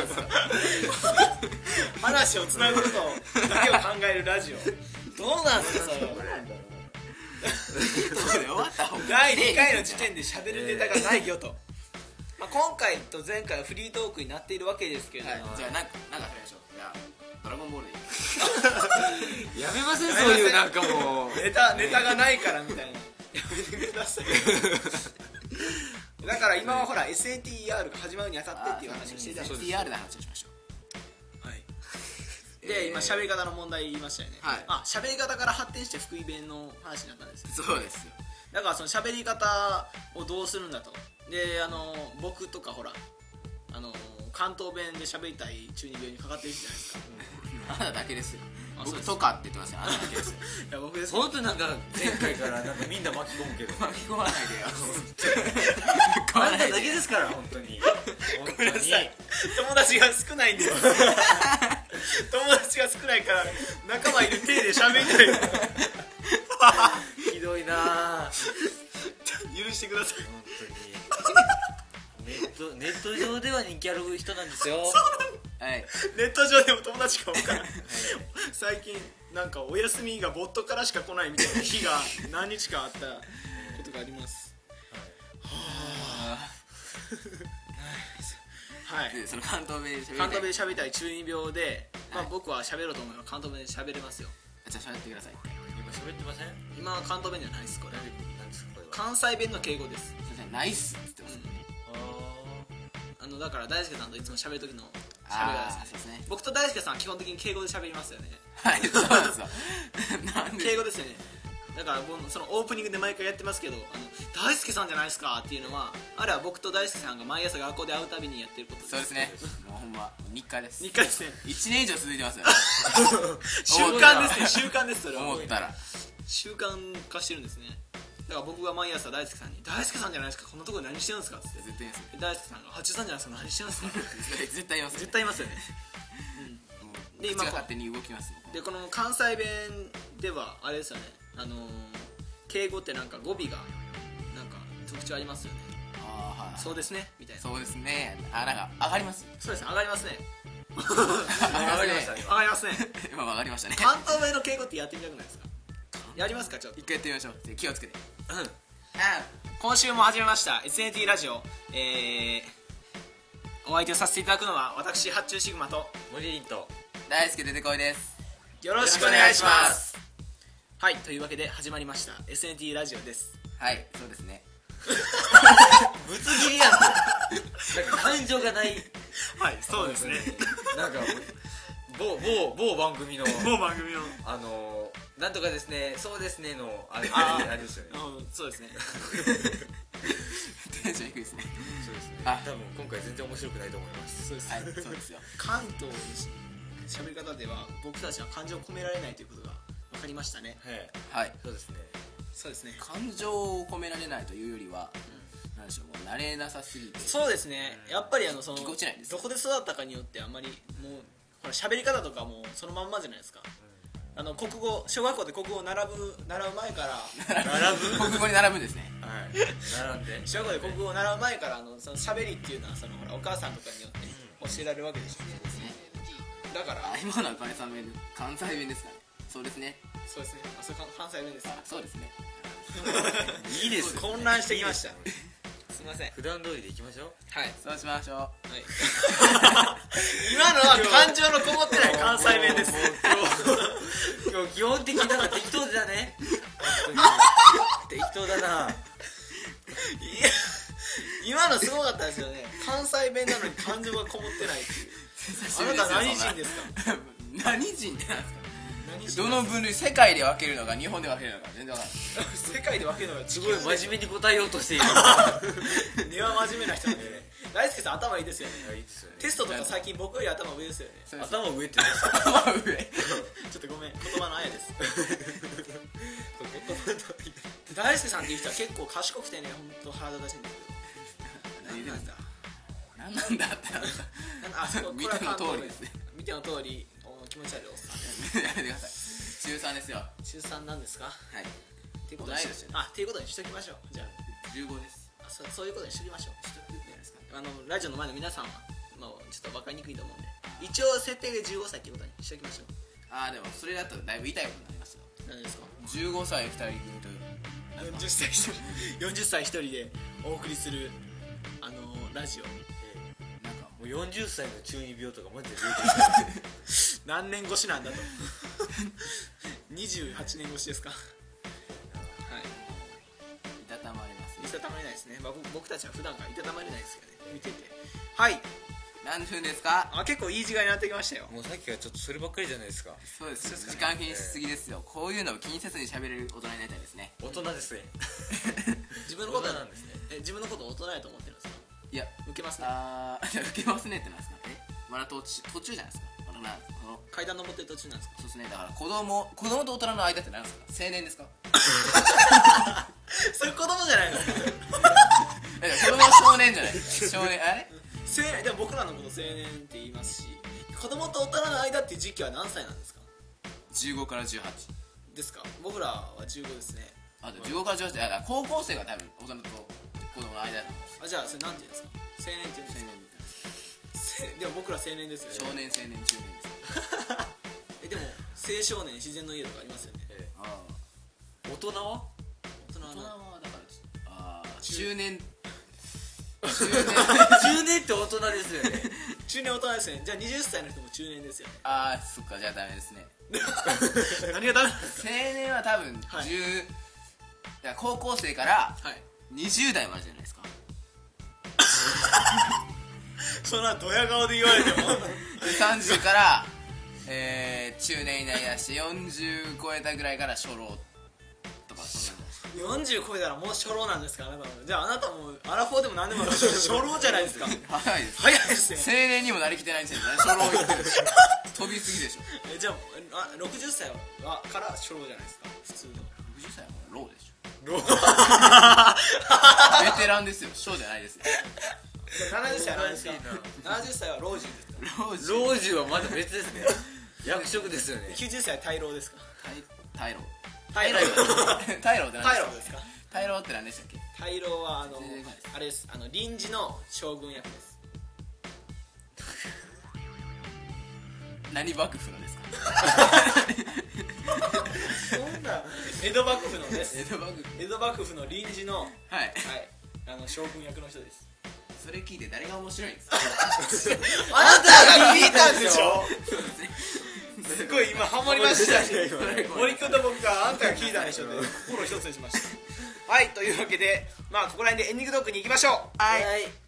話をつなぐことだけを考えるラジオ。どうなんですかそれ。 そうで終わった方が第2回の時点で喋るネタがないよと。まあ今回と前回はフリートークになっているわけですけれども、 はい、じゃあなんかやりましょう。じゃあドラゴンボールでいい。 やめません、そういうなんかもうネタがないからみたいな。やめてください。だから今はほら SATR が始まるにあたってっていう話をしてたんです。 SATR の話をしましょう。 はい。で今喋り方の問題言いましたよね。 はい。 喋り方から発展して福井弁の話になったんですよ。 そうですよ。 だからその喋り方をどうするんだと。で僕とかほら関東弁で喋りたい中二病にかかってるじゃないですか。 あなただけですよ。 そうです僕とかって言ってますよ。あなただけですよ。 いや僕です。 本当なんか前回からなんかみんな巻き込むけど巻き込まないでよ。 あんただけですから本当に。 ごめんなさい。友達が少ないんです。友達が少ないから仲間いる体で喋りたい。 ひどいな。 許してください。 本当にネット上では人気ある人なんですよ。 はい。 ネット上でも友達が多から最近なんかお休みがボットからしか来ないみたいな日が何日かあったことがあります。はい。 でその関東弁で喋りたい。 関東弁で喋りたい中二病で、まあ僕は喋ろうと思えば関東弁で喋れますよ。 じゃあ喋ってください。 今喋ってません？ 今は関東弁じゃないですこれ。 何ですかこれは。 関西弁の敬語です。 すいません、ナイスって言ってます。 だから大輔さんといつも喋る時の喋り方そうですね。 僕と大輔さんは基本的に敬語で喋りますよね。 はい、そうですよ。なんで敬語ですよね。だからそのオープニングで毎回やってますけど大輔さんじゃないですかっていうのはあれは僕と大輔さんが毎朝学校で会うたびにやってることです。 そうですね。もうほんま日課です。 日課ですね。 1年以上続いてますよ。 習慣ですね。習慣です。それは思ったら習慣化してるんですね。だから僕が毎朝大輔さんに大輔さんじゃないですかこんなところで何してるんですかって絶対言いますよ。 大輔さんが八さんじゃないですか何してるんですか絶対言いますよ。 絶対いますよね。で今口が勝手に動きますもん。 でこの関西弁ではあれですよね敬語ってなんか語尾がなんか特徴ありますよね。 ああ、はい。 そうですねみたいな。 そうですね。あ、なんか上がります。 そうですね上がりますね。 上がりましたね。 上がりますね。 今上がりましたね。 関東弁の敬語ってやってみたくないですか？やりますかちょっと。 一回やってみましょう。気をつけて。 今週も始めました SNT ラジオ、お相手をさせていただくのは私発注シグマと森林と大輔出てこいです。 よろしくお願いします。はいというわけで始まりました SNT ラジオです。 はい、そうですね。 ぶつ切りやんとなんか感情がないはいそうですね。 なんか某番組の某番組のなんとかですねそうですねのあれですよね。 そうですね。 テンション低いですね。 そうですね。 あ多分今回全然面白くないと思います。 そうですはい、そうですよ。 関東の喋り方では僕たちは感情を込められないということが分かりましたね。 はいはい。 そうですね。 そうですね。 感情を込められないというよりは、なんでしょう、もう慣れなさすぎて。 そうですね。やっぱりそのぎこちないですどこで育ったかによってあんまりもうほら喋り方とかもそのまんまじゃないですか。 国語小学校で国語を習う前から国語に並ぶんですね。 はい並んで小学校で国語を習う前からその喋りっていうのはほらお母さんとかによって教えられるわけでしょ。だから今のは関西弁ですかね。そうですね。 そうですね。それ関西弁です。 そうですね。 いいですよ混乱してきました。すみません。 普段通りでいきましょう。 はい。 そうしましょう。 はい、今のは感情のこもってない関西弁です。 今日基本的になんか適当だね。 適当だな。 今のすごかったですよね。関西弁なのに感情がこもってないっていう。あなた何人ですか？ 何人ってなんですか？ 何人？ どの分類、世界で分けるのか日本で分けるのか全然分からない。 世界で分けるのがすごい真面目に答えようとしている。 根は真面目な人なんでね。大輔さん頭いいですよね。 いいですよね。 テストとか最近僕より頭上ですよね。 頭上って言うんですか？ 頭上。 ちょっとごめん、言葉のあやです大輔さんっていう人は結構賢くてね、本当腹立たしいんですけど。 何言ってんですか？何なんだってなった。 あ、そう、 見ての通りですね。 見ての通り、気持ち悪いおっさん。 やめてください。中3ですよ。 中3なんですか？ はい。 っていうことに同い年ですよね。 っていうことにしときましょう。じゃ 15です。 あ、そういうことにしときましょう。 しとくじゃないですか。 ラジオの前の皆さんは、ちょっと分かりにくいと思うんで、一応設定で15歳っていうことにしときましょう。 ああ、でもそれだとだいぶ痛いことになりますよ。 何ですか 15歳2人組という。 40歳一人でお送りするラジオ。 なんかもう40歳の中二病とかマジで何年越しなんだと28年越しですか。はい、 いたたまれますね。 いたたまれないですね。僕たちは普段からいたたまれないですよね、見てて。はい、 何分ですか？ 結構いい時間になってきましたよ。 もうさっきからちょっとそればっかりじゃないですか。 そうです。時間気にしすぎですよ。こういうのを気にせずに喋れる大人になりたいですね。 大人ですね。 自分のこと大人なんですね。 自分のこと大人やと思ってるんですか？ いや、 受けますね。 受けますねってなんですか？まだ途中じゃないですか。 階段登ってる途中なんですか？ そうですね。だから子供と大人の間って何ですか？青年ですか？ それ子供じゃないですか。 子供は少年じゃないですか。少年、あれでも僕らのこと青年って言いますし、子供と大人の間っていう時期は何歳なんですか ？15から18 ですか？僕らは15ですね。 あと15から18だから高校生が多分大人と子供の間だと思うんです。 じゃあそれなんて言うんですか？青年って言うんですか？でも僕ら青年ですよね。 少年、青年、中年です。 でも青少年自然の家とかありますよね。 大人は大人はだから中年 10年って大人ですよね。 中年大人ですよね。じゃあ20歳の人も中年ですよね。 そっか、じゃあダメですね。 何がダメなんですか？ 青年は多分はい 10、だから高校生からはい 20代までじゃないですか。 そんなドヤ顔で言われてもで30から、中年になりだして40超えたぐらいから初老とかそんな 40超えたらもう初老なんですか？あなたも。じゃああなたもアラフォーでも何でも初老じゃないですか。 早いです。 早いですね。 青年にもなりきってないんですよね。初老言ってる飛びすぎでしょ。 じゃあ60歳から初老じゃないですか、普通の。 60歳はもう老でしょ。 老ベテランですよ。小じゃないですよ。 70歳は何ですか？70歳は老人ですか？ 老中はまだ別ですね。役職ですよね。 90歳は大老ですか？ 大老大老大老って何大老ですか？ 大老って何でしたっけ？ 大老は全然わかんないですあれです。臨時の将軍役です。 何幕府のですか？ そんな江戸幕府のです。 江戸幕府。 江戸幕府の臨時のはい将軍役の人です。 それ聞いて誰が面白いんですか？ あなたが聞いたんでしょ？すごい今ハマりましたね。森君と僕があんたが聞いたんでしょって心一つにしました。はい、というわけでここら辺でエンディングトークに行きましょう。 はい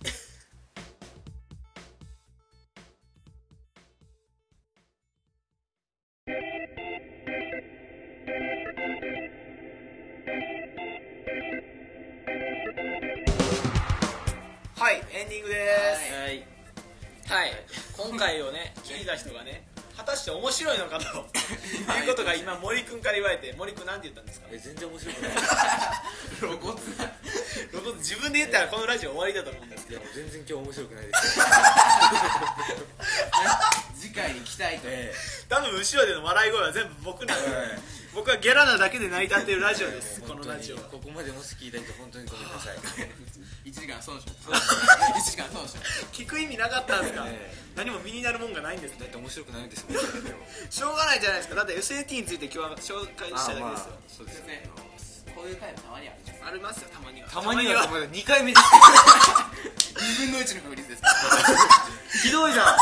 はい、エンディングです。 はい。 はい、今回をね聞いた人がね果たして面白いのかということが今森君から言われて、森君なんて言ったんですか？ 全然面白くない。 露骨な自分で言ったらこのラジオ終わりだと思うんですけど、 全然今日面白くないです。 時次回に期待と、 多分後ろでの笑い声は全部僕なんで、僕はゲラなだけで成り立ってるラジオです。このラジオはここまでもし聞いた人本当にごめんなさい 1時間損しました1時間損しました聞く意味なかったんですか。何も身になるもんがないんですね。 だって面白くないんですもんしょうがないじゃないですか。だって SAT について今日は紹介しただけですよ。 そうですね、こういう回もたまにあるじゃん。 ありますよ、たまには。 たまにはまだ2回目です 2分の1の確率ですひどいな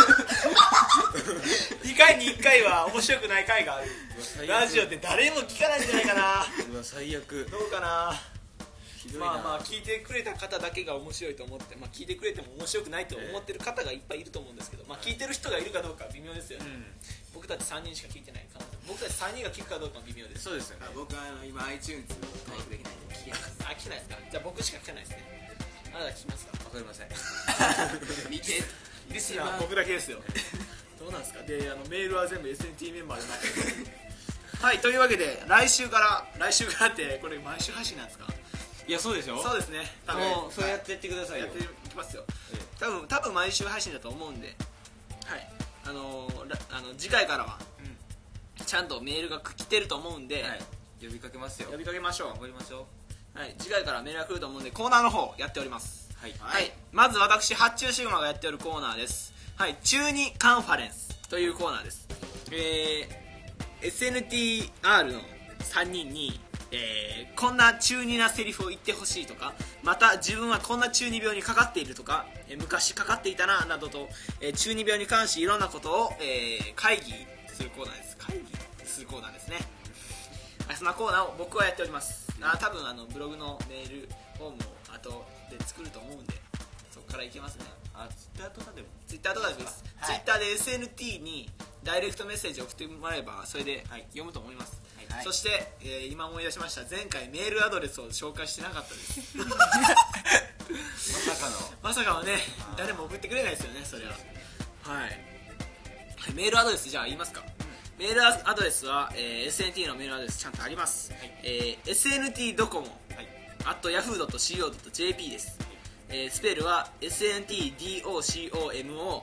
2回に1回は面白くない回がある。ラジオって誰も聞かないんじゃないかな。 うわ最悪どうかな。 ひどいな。 まあまあ聞いてくれた方だけが面白いと思って、まあ聞いてくれても面白くないと思ってる方がいっぱいいると思うんですけど、まあ聞いてる人がいるかどうかは微妙ですよね。僕たち3人しか聞いてない可能性、僕たち3人が聞くかどうかも微妙です。 そうですよね。 僕は今 iTunes 登録できないんで聞けないです。 あ、聞けないですか。じゃあ僕しか聞かないですね。あなた聞きますか。 わかりません見てリスナー僕だけですよ。どうなんですか。で、メールは全部 SNT メンバーで待ってる。はい、というわけで来週からってこれ毎週配信なんですか。 いやそうでしょ。 そうですね。多分もうそれやっていってくださいよ。 やっていきますよ。多分毎週配信だと思うんで、はい、次回からはちゃんとメールが来てると思うんで、 はい、呼びかけますよ。 呼びかけましょう。 頑張りましょう。はい、次回からメールが来ると思うんでコーナーの方やっております。 はい、 はい、まず私発注シグマがやっておるコーナーです。はい、中二カンファレンスというコーナーです。SNTR の3人に、こんな中二なセリフを言ってほしいとか、また自分はこんな中二病にかかっているとか、昔かかっていたななどと、中二病に関しいろんなことを、会議するコーナーです。会議するコーナーですね。そんなコーナーを僕はやっております。多分ブログのメールフォームを後で作ると思うんで、そこからいけますね。 Twitter とかでも。 Twitter とかでもいいです。 はい、 Twitter で SNT にダイレクトメッセージを送ってもらえばそれで読むと思います。 はい、 そして、今思い出しました。前回メールアドレスを紹介してなかったですまさかのね、誰も送ってくれないですよね、それは。はい、メールアドレスじゃあ言いますか。メールアドレスは、SNT のメールアドレスちゃんとあります。SNT ドコモ@yahoo.co.jp です。スペルは SNTDOCOMO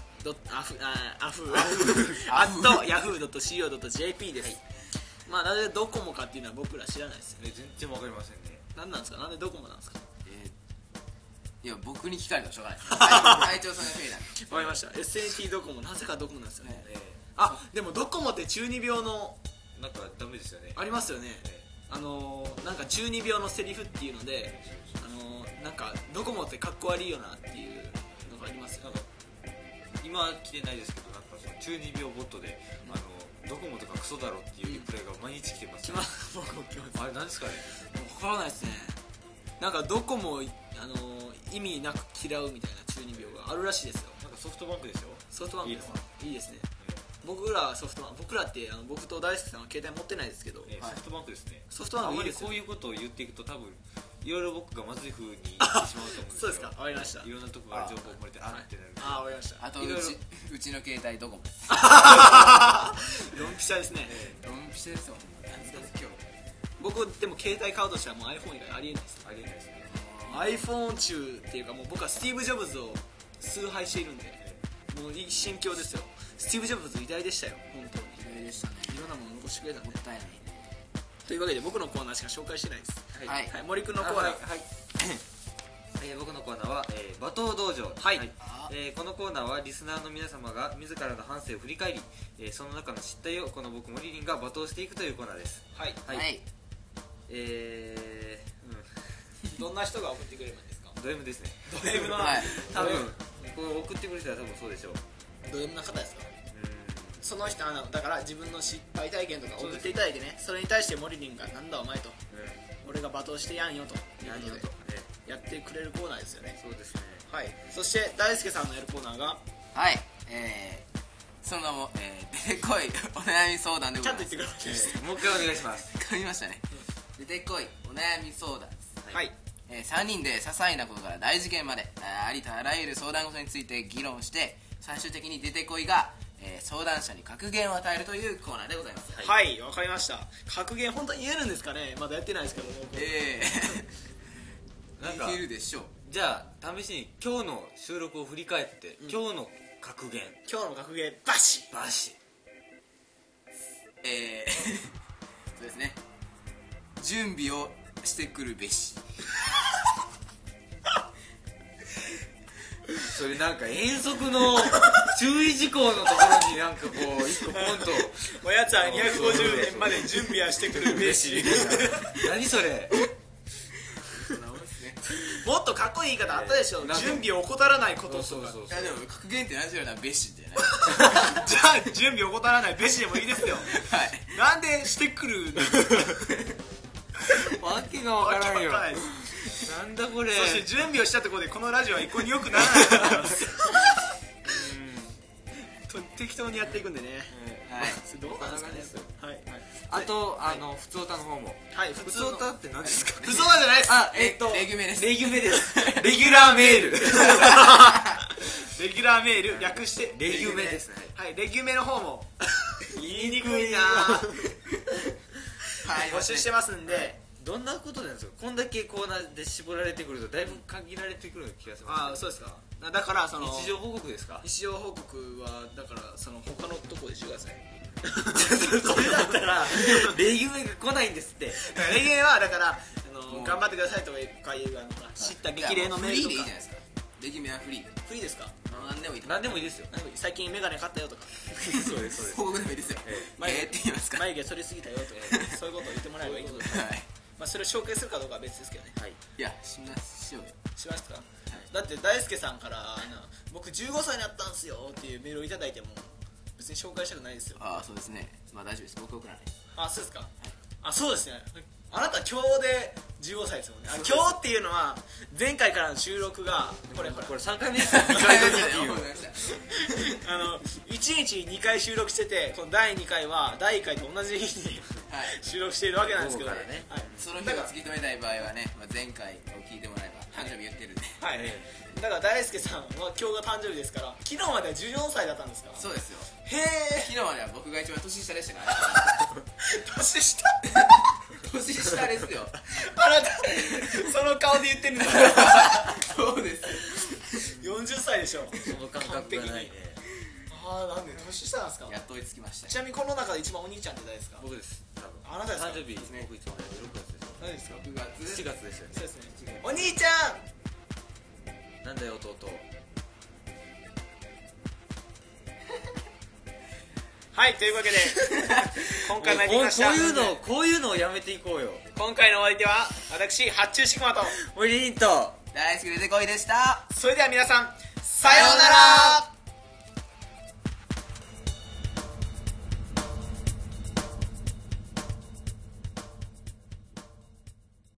yahoo.co.jp です。まあなぜドコモかっていうのは僕ら知らないですよね。 全然わかりませんね。 何なんですか。なんでドコモなんですか。 いや僕に聞かれたらしょうがない隊長さんが聞いた。 わかりました。 SNT ドコモ、なぜかドコモなんですよね。でもドコモって中二病のなんかダメですよね。 ありますよね。なんか中二病のセリフっていうので、なんかドコモってかっこ悪いよなっていうのがありますよ。 今来てないですけど、なんかその中二病ボットで、ドコモとかクソだろっていうリプライが毎日来てます、ね。 僕も来ます。 あれ何ですかね。 分からないですね。なんかドコモ意味なく嫌うみたいな中二病があるらしいですよ。 なんかソフトバンクですよ。 ソフトバンクです。いいですね。僕らって僕と大輔さんは携帯持ってないですけど、 ソフトバンクですね。 ソフトバンクいいですよ。 こういうことを言っていくと多分いろいろ僕がまずい風に言ってしまうと思うんですよ。 そうですか。わかりました。 いろんなとこから情報漏れてあってなる。 わかりました。 あとうちの携帯ドコモ。 ドンピシャですね。 ドンピシャですよ。今日僕でも携帯買うとしたらもう iPhone 以外ありえないです。 ありえないですね。 iPhone 中っていうかもう僕はスティーブ・ジョブズを崇拝しているんで、もういい心境ですよ。スティーブ・ジョブズ偉大でしたよ。本当に偉大でしたね。 いろんなもの残してくれたんで。 もったいないね。 というわけで僕のコーナーしか紹介してないです。 はい、 森くんのコーナー。 はい僕のコーナーは、罵倒道場。 はい、 このコーナーはリスナーの皆様が自らの反省を振り返り、その中の失態をこの僕森林が罵倒していくというコーナーです。 はいはい、 どんな人が送ってくればいいんですか。 ド M ですね。 ド M の、 多分これ送ってくれたら多分そうでしょう。 ド M な方ですか。その人だから自分の失敗体験とか送っていただいてね、それに対してモリリンがなんだお前と、俺が罵倒してやんよとやってくれるコーナーですよね。 そうですね。 はい。そして大輔さんのやるコーナーが、 はい、その名も、出てこいお悩み相談でございます。 ちゃんと言ってください。 もう一回お願いします。 噛みましたね。出てこいお悩み相談です。 はい。 3人で些細なことから大事件までありとあらゆる相談事について議論して、最終的に出てこいが、相談者に格言を与えるというコーナーでございます。 はい、わかりました。格言本当に言えるんですかね。まだやってないですけども。 なんか言えるでしょう。 じゃあ試しに今日の収録を振り返って、今日の格言今日の格言バシバシそうですね、準備をしてくるべし。 それなんか遠足の注意事項のところになんかこう一個ポンとおやつは250年まで準備はしてくるべし何それもっとかっこいい言い方あったでしょ、準備を怠らないこととか。 そういやでも格言って同じようなべしってね。 じゃあ準備を怠らないべしでもいいですよ。 はいなんでしてくるわけがわからんよわけわからないですなんだこれそして準備をしたところでこのラジオは一向に良くならないと思います適当にやっていくんでね、 はい、 それどうなんですかね。はい、 あと普通歌の方もはい、 普通歌って何ですか普通歌じゃないです。 レギュメです。 レギュメですレギュラーメールレギュラーメール略してレギュメですねはい、レギュメの方も言いにくいなはい募集してますんで。 どんなことなんですか。こんだけコーナーで絞られてくるとだいぶ限られてくる気がします。 ああ、そうですか。だからその日常報告ですか。 日常報告はだからその他のとこでしてください。 それだったらレギュメが来ないんですって。 レギュメはだから頑張ってくださいとかいう知った激励のメールとか。 フリーでいいじゃないですか。レギュメはフリーで。 フリーですか。 何でもいい。 何でもいいですよ。 最近メガネ買ったよとか。 そうですそうです。 報告でもいいですよ。って言いますか。 眉毛剃りすぎたよとかそういうことを言ってもらえばいいことです。 はい。 まあそれを紹介するかどうかは別ですけどね。 はい。 いやしますよ。 しますか。だって大輔さんから僕15歳になったんすよっていうメールをいただいても別に紹介したくないですよ。 ああそうですね。まあ大丈夫です。僕らね。 あ、そうですか。あ、そうですね。あなた今日で15歳ですもんね。今日っていうのは前回からの収録がこれ 3回目ですよ。2回目っていう 1日2回収録してて、この第2回は第1回と同じ日に収録しているわけなんですけど、 ね、 その日を突き止めたい場合はね、前回を聞いてもらえば誕生日言ってるんで、 はい、だから大輔さんは今日が誕生日ですから、昨日までは14歳だったんですか。 そうですよ。 へえ。 昨日までは僕が一番年下でしたからね。 年下年下ですよ。 あなたその顔で言ってるんだそうです 40歳でしょ。 その感覚がないね。 ああ、なんで年下なんですか。 やっと追いつきました。 ちなみにこの中で一番お兄ちゃんって誰ですか。 僕です。多分あなたですか。 誕生日僕一番早い6月ですよ。 何ですか。 6月 7月ですよね。 そうですね。お兄ちゃんなんだよ弟。 はい、というわけで今回もやってきました。 こういうのをやめていこうよ。 今回のお相手は私発注シグマと森凛と大好きでてこいでした。 それでは皆さんさようなら。